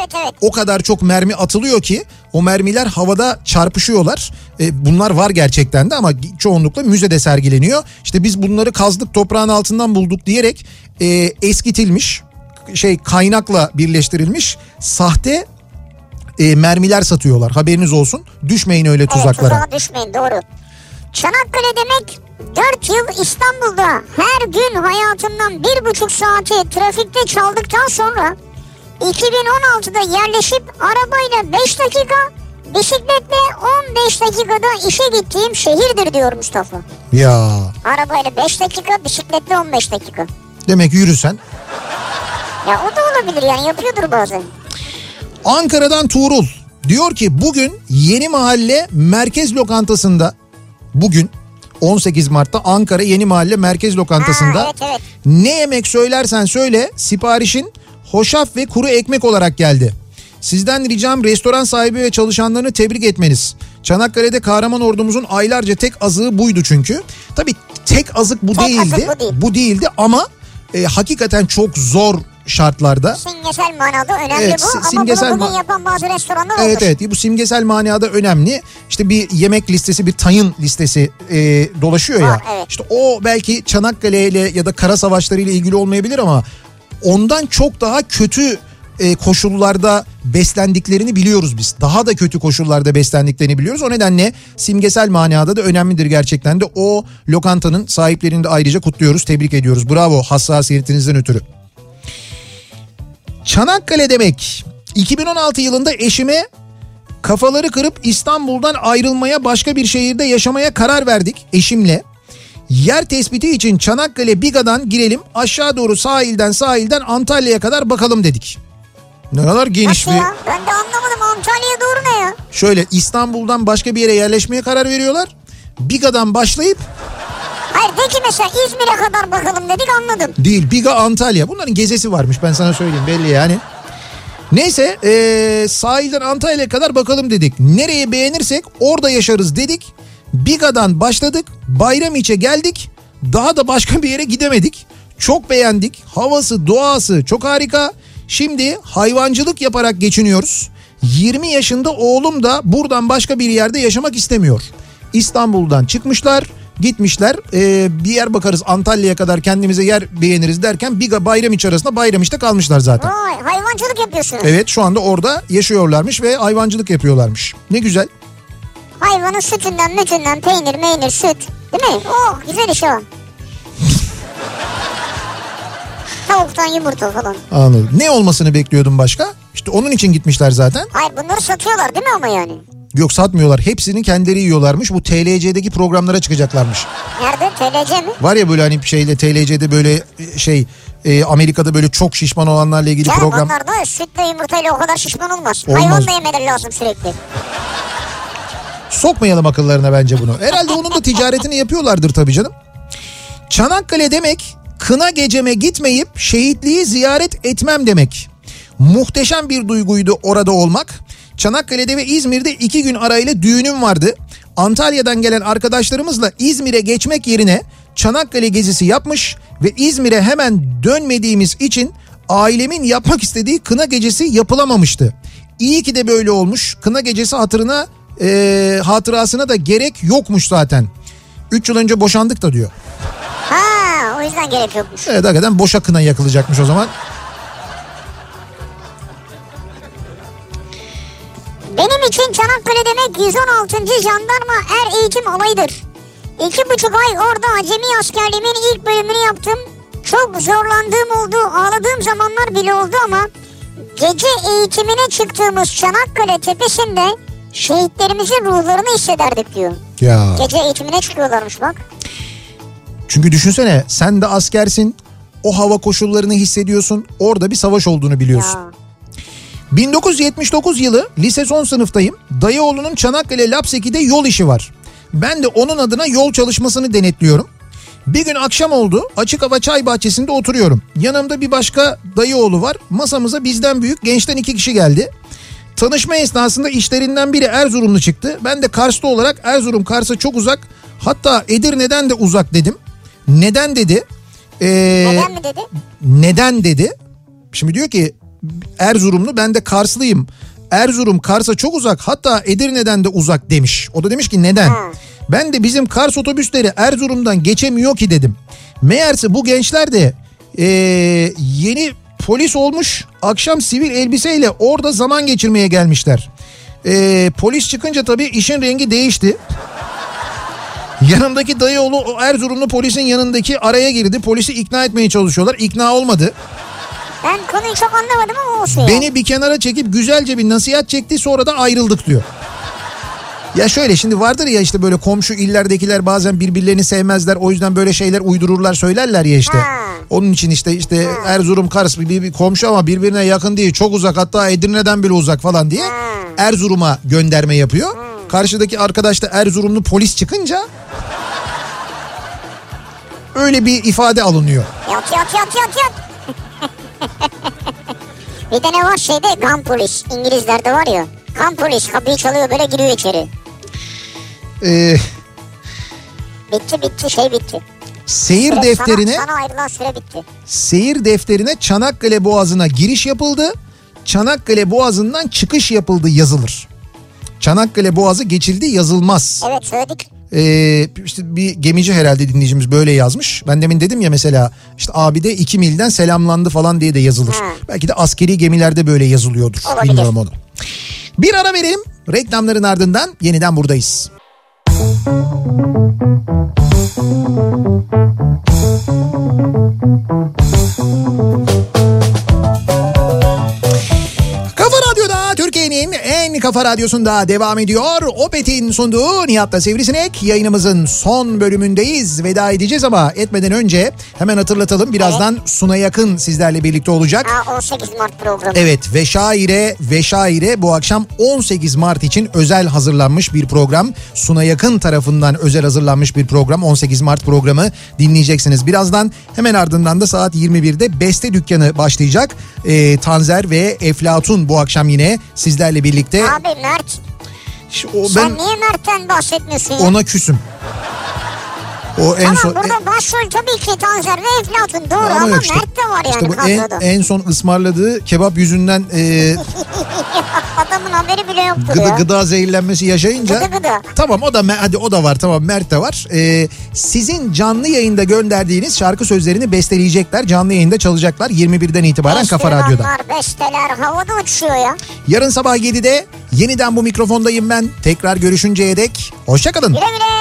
Evet. O kadar çok mermi atılıyor ki o mermiler havada çarpışıyorlar. Bunlar var gerçekten de ama çoğunlukla müzede sergileniyor. İşte biz bunları kazdık, toprağın altından bulduk diyerek eskitilmiş, kaynakla birleştirilmiş sahte mermiler satıyorlar. Haberiniz olsun. Düşmeyin öyle tuzaklara. Evet, tuzağa düşmeyin, doğru. Çanakkale demek 4 yıl İstanbul'da her gün hayatımdan 1,5 saati trafikte çaldıktan sonra 2016'da yerleşip arabayla 5 dakika, bisikletle 15 dakikada işe gittiğim şehirdir diyor Mustafa. Ya. Arabayla 5 dakika, bisikletle 15 dakika. Demek yürüsen. Ya o da olabilir yani, yapıyordur bazen. Ankara'dan Tuğrul diyor ki bugün Yeni Mahalle Merkez Lokantası'nda, bugün 18 Mart'ta Ankara Yeni Mahalle Merkez Lokantası'nda evet. Ne yemek söylersen söyle siparişin hoşaf ve kuru ekmek olarak geldi. Sizden ricam restoran sahibi ve çalışanlarını tebrik etmeniz. Çanakkale'de kahraman ordumuzun aylarca tek azığı buydu çünkü. Tabii tek azık bu değildi. Bu değildi ama hakikaten çok zor şartlarda. Simgesel manada önemli evet, bu ama bunu bugün yapan bazı restoranlar olmuş. Evet, bu simgesel manada önemli. İşte bir yemek listesi, bir tayin listesi dolaşıyor ya. Evet. İşte o belki Çanakkale ile ya da kara savaşları ile ilgili olmayabilir ama ondan çok daha kötü koşullarda beslendiklerini biliyoruz biz. Daha da kötü koşullarda beslendiklerini biliyoruz. O nedenle simgesel manada da önemlidir gerçekten de. O lokantanın sahiplerini de ayrıca kutluyoruz, tebrik ediyoruz. Bravo hassasiyetinizden ötürü. Çanakkale demek. 2016 yılında eşime kafaları kırıp İstanbul'dan ayrılmaya, başka bir şehirde yaşamaya karar verdik eşimle. Yer tespiti için Çanakkale Biga'dan girelim, aşağı doğru sahilden Antalya'ya kadar bakalım dedik. Ne kadar geniş nasıl ya? Ben de anlamadım, Antalya'ya doğru ne ya? Şöyle, İstanbul'dan başka bir yere yerleşmeye karar veriyorlar. Biga'dan başlayıp... Hayır de ki mesela İzmir'e kadar bakalım dedik, anladım. Değil, Biga Antalya. Bunların gezesi varmış, ben sana söyleyeyim, belli yani. Neyse sahilden Antalya'ya kadar bakalım dedik. Nereye beğenirsek orada yaşarız dedik. Biga'dan başladık, Bayramiç'e geldik. Daha da başka bir yere gidemedik. Çok beğendik. Havası, doğası çok harika. Şimdi hayvancılık yaparak geçiniyoruz. 20 yaşında oğlum da buradan başka bir yerde yaşamak istemiyor. İstanbul'dan çıkmışlar, gitmişler. Bir yer bakarız, Antalya'ya kadar kendimize yer beğeniriz derken Biga Bayramiç arasında Bayramiç'te kalmışlar zaten. Vay, hayvancılık yapıyorsunuz. Evet, şu anda orada yaşıyorlarmış ve hayvancılık yapıyorlarmış. Ne güzel. Hayvanın sütünden, peynir, süt. Değil mi? Oh, güzel iş o. Tavuktan yumurta falan. Anladım. Ne olmasını bekliyordun başka? İşte onun için gitmişler zaten. Hayır, bunları satıyorlar değil mi ama yani? Yok, satmıyorlar. Hepsini kendileri yiyorlarmış. Bu TLC'deki programlara çıkacaklarmış. Nerede? TLC mi? Var ya böyle hani TLC'de böyle Amerika'da böyle çok şişman olanlarla ilgili canım, program. Onlar da sütle yumurtayla o kadar şişman olmaz. Olmaz. Hayvan da yemeleri lazım sürekli. Sokmayalım akıllarına bence bunu. Herhalde onun da ticaretini yapıyorlardır tabii canım. Çanakkale demek kına geceme gitmeyip şehitliği ziyaret etmem demek. Muhteşem bir duyguydu orada olmak. Çanakkale'de ve İzmir'de 2 gün arayla düğünüm vardı. Antalya'dan gelen arkadaşlarımızla İzmir'e geçmek yerine Çanakkale gezisi yapmış ve İzmir'e hemen dönmediğimiz için ailemin yapmak istediği kına gecesi yapılamamıştı. İyi ki de böyle olmuş. Kına gecesi hatırasına da gerek yokmuş zaten. 3 yıl önce boşandık da diyor. Ha, o yüzden gerek yokmuş. Evet, hakikaten boşa kına yakılacakmış o zaman. Benim için Çanakkale demek 116. Jandarma Er Eğitim Alayı'dır. 2,5 ay orada acemi askerliğimin ilk bölümünü yaptım. Çok zorlandığım oldu, ağladığım zamanlar bile oldu ama gece eğitimine çıktığımız Çanakkale Tepesi'nde şehitlerimizin ruhlarını hissederdik diyor. Ya. Gece eğitimine çıkıyorlarmış bak. Çünkü düşünsene, sen de askersin, o hava koşullarını hissediyorsun, orada bir savaş olduğunu biliyorsun. Ya. 1979 yılı lise son sınıftayım. Dayıoğlu'nun Çanakkale Lapseki'de yol işi var. Ben de onun adına yol çalışmasını denetliyorum. Bir gün akşam oldu, açık hava çay bahçesinde oturuyorum. Yanımda bir başka dayıoğlu var. Masamıza bizden büyük gençten 2 kişi geldi. Tanışma esnasında işlerinden biri Erzurumlu çıktı. Ben de Karslı olarak Erzurum Kars'a çok uzak, hatta Edirne'den de uzak dedim. Neden dedi? Neden mi dedi? Neden dedi? Şimdi diyor ki Erzurumlu, ben de Karslıyım. Erzurum Kars'a çok uzak, hatta Edirne'den de uzak demiş. O da demiş ki neden? Ben de bizim Kars otobüsleri Erzurum'dan geçemiyor ki dedim. Meğerse bu gençler de yeni polis olmuş, akşam sivil elbiseyle orada zaman geçirmeye gelmişler. Polis çıkınca tabii işin rengi değişti. Yanındaki dayıoğlu o Erzurumlu polisin yanındaki araya girdi. Polisi ikna etmeye çalışıyorlar. İkna olmadı. Ben konuyu çok anlamadım ama olsun. Beni bir kenara çekip güzelce bir nasihat çekti, sonra da ayrıldık diyor. Ya şöyle, şimdi vardır ya işte böyle komşu illerdekiler bazen birbirlerini sevmezler. O yüzden böyle şeyler uydururlar, söylerler ya işte. Onun için işte Erzurum Kars bir komşu ama birbirine yakın değil, çok uzak, hatta Edirne'den bile uzak falan diye Erzurum'a gönderme yapıyor. Karşıdaki arkadaş da Erzurumlu polis çıkınca öyle bir ifade alınıyor. Yat. Bir de ne var şeyde, gun polis. İngilizlerde var ya. Gun polis kapıyı çalıyor, böyle giriyor içeri. Bitti. Seyir defterine sana ayrılan süre bitti. Seyir defterine Çanakkale Boğazı'na giriş yapıldı. Çanakkale Boğazı'ndan çıkış yapıldı yazılır. Çanakkale Boğazı geçildi yazılmaz. Evet, söyledik. İşte bir gemici herhalde dinleyicimiz böyle yazmış. Ben demin dedim ya mesela, işte abi de 2 milden selamlandı falan diye de yazılır. Belki de askeri gemilerde böyle yazılıyordur. Olabilir. Bilmiyorum onu. Bir ara verelim. Reklamların ardından yeniden buradayız. Türkiye'nin en kafa radyosunda devam ediyor. Opet'in sunduğu Nihat'la Sivrisinek. Yayınımızın son bölümündeyiz. Veda edeceğiz ama etmeden önce hemen hatırlatalım. Birazdan Suna Yakın sizlerle birlikte olacak. 18 Mart programı. Evet, ve şaire bu akşam 18 Mart için özel hazırlanmış bir program. Suna Yakın tarafından özel hazırlanmış bir program. 18 Mart programı dinleyeceksiniz. Birazdan hemen ardından da saat 21'de Beste Dükkanı başlayacak. Tanzer ve Eflatun bu akşam yine sizlerle birlikte. Abi Mert. Sen niye Mert'ten bahsetmiyorsun ya? Ona küsüm. O en son, burada başrol tabii ki Tanzer ve Eflatun, doğru, ama Mert de var yani kadroda. En son ısmarladığı kebap yüzünden adamın haberi bile yoktur ya. Gıda zehirlenmesi yaşayınca. Gıda. Tamam, o da var, tamam, Mert de var. Sizin canlı yayında gönderdiğiniz şarkı sözlerini besteleyecekler. Canlı yayında çalacaklar 21'den itibaren Kafa Radyo'da. Besteler havada uçuyor ya. Yarın sabah 7'de yeniden bu mikrofondayım ben. Tekrar görüşünceye dek hoşça kalın. Güle güle.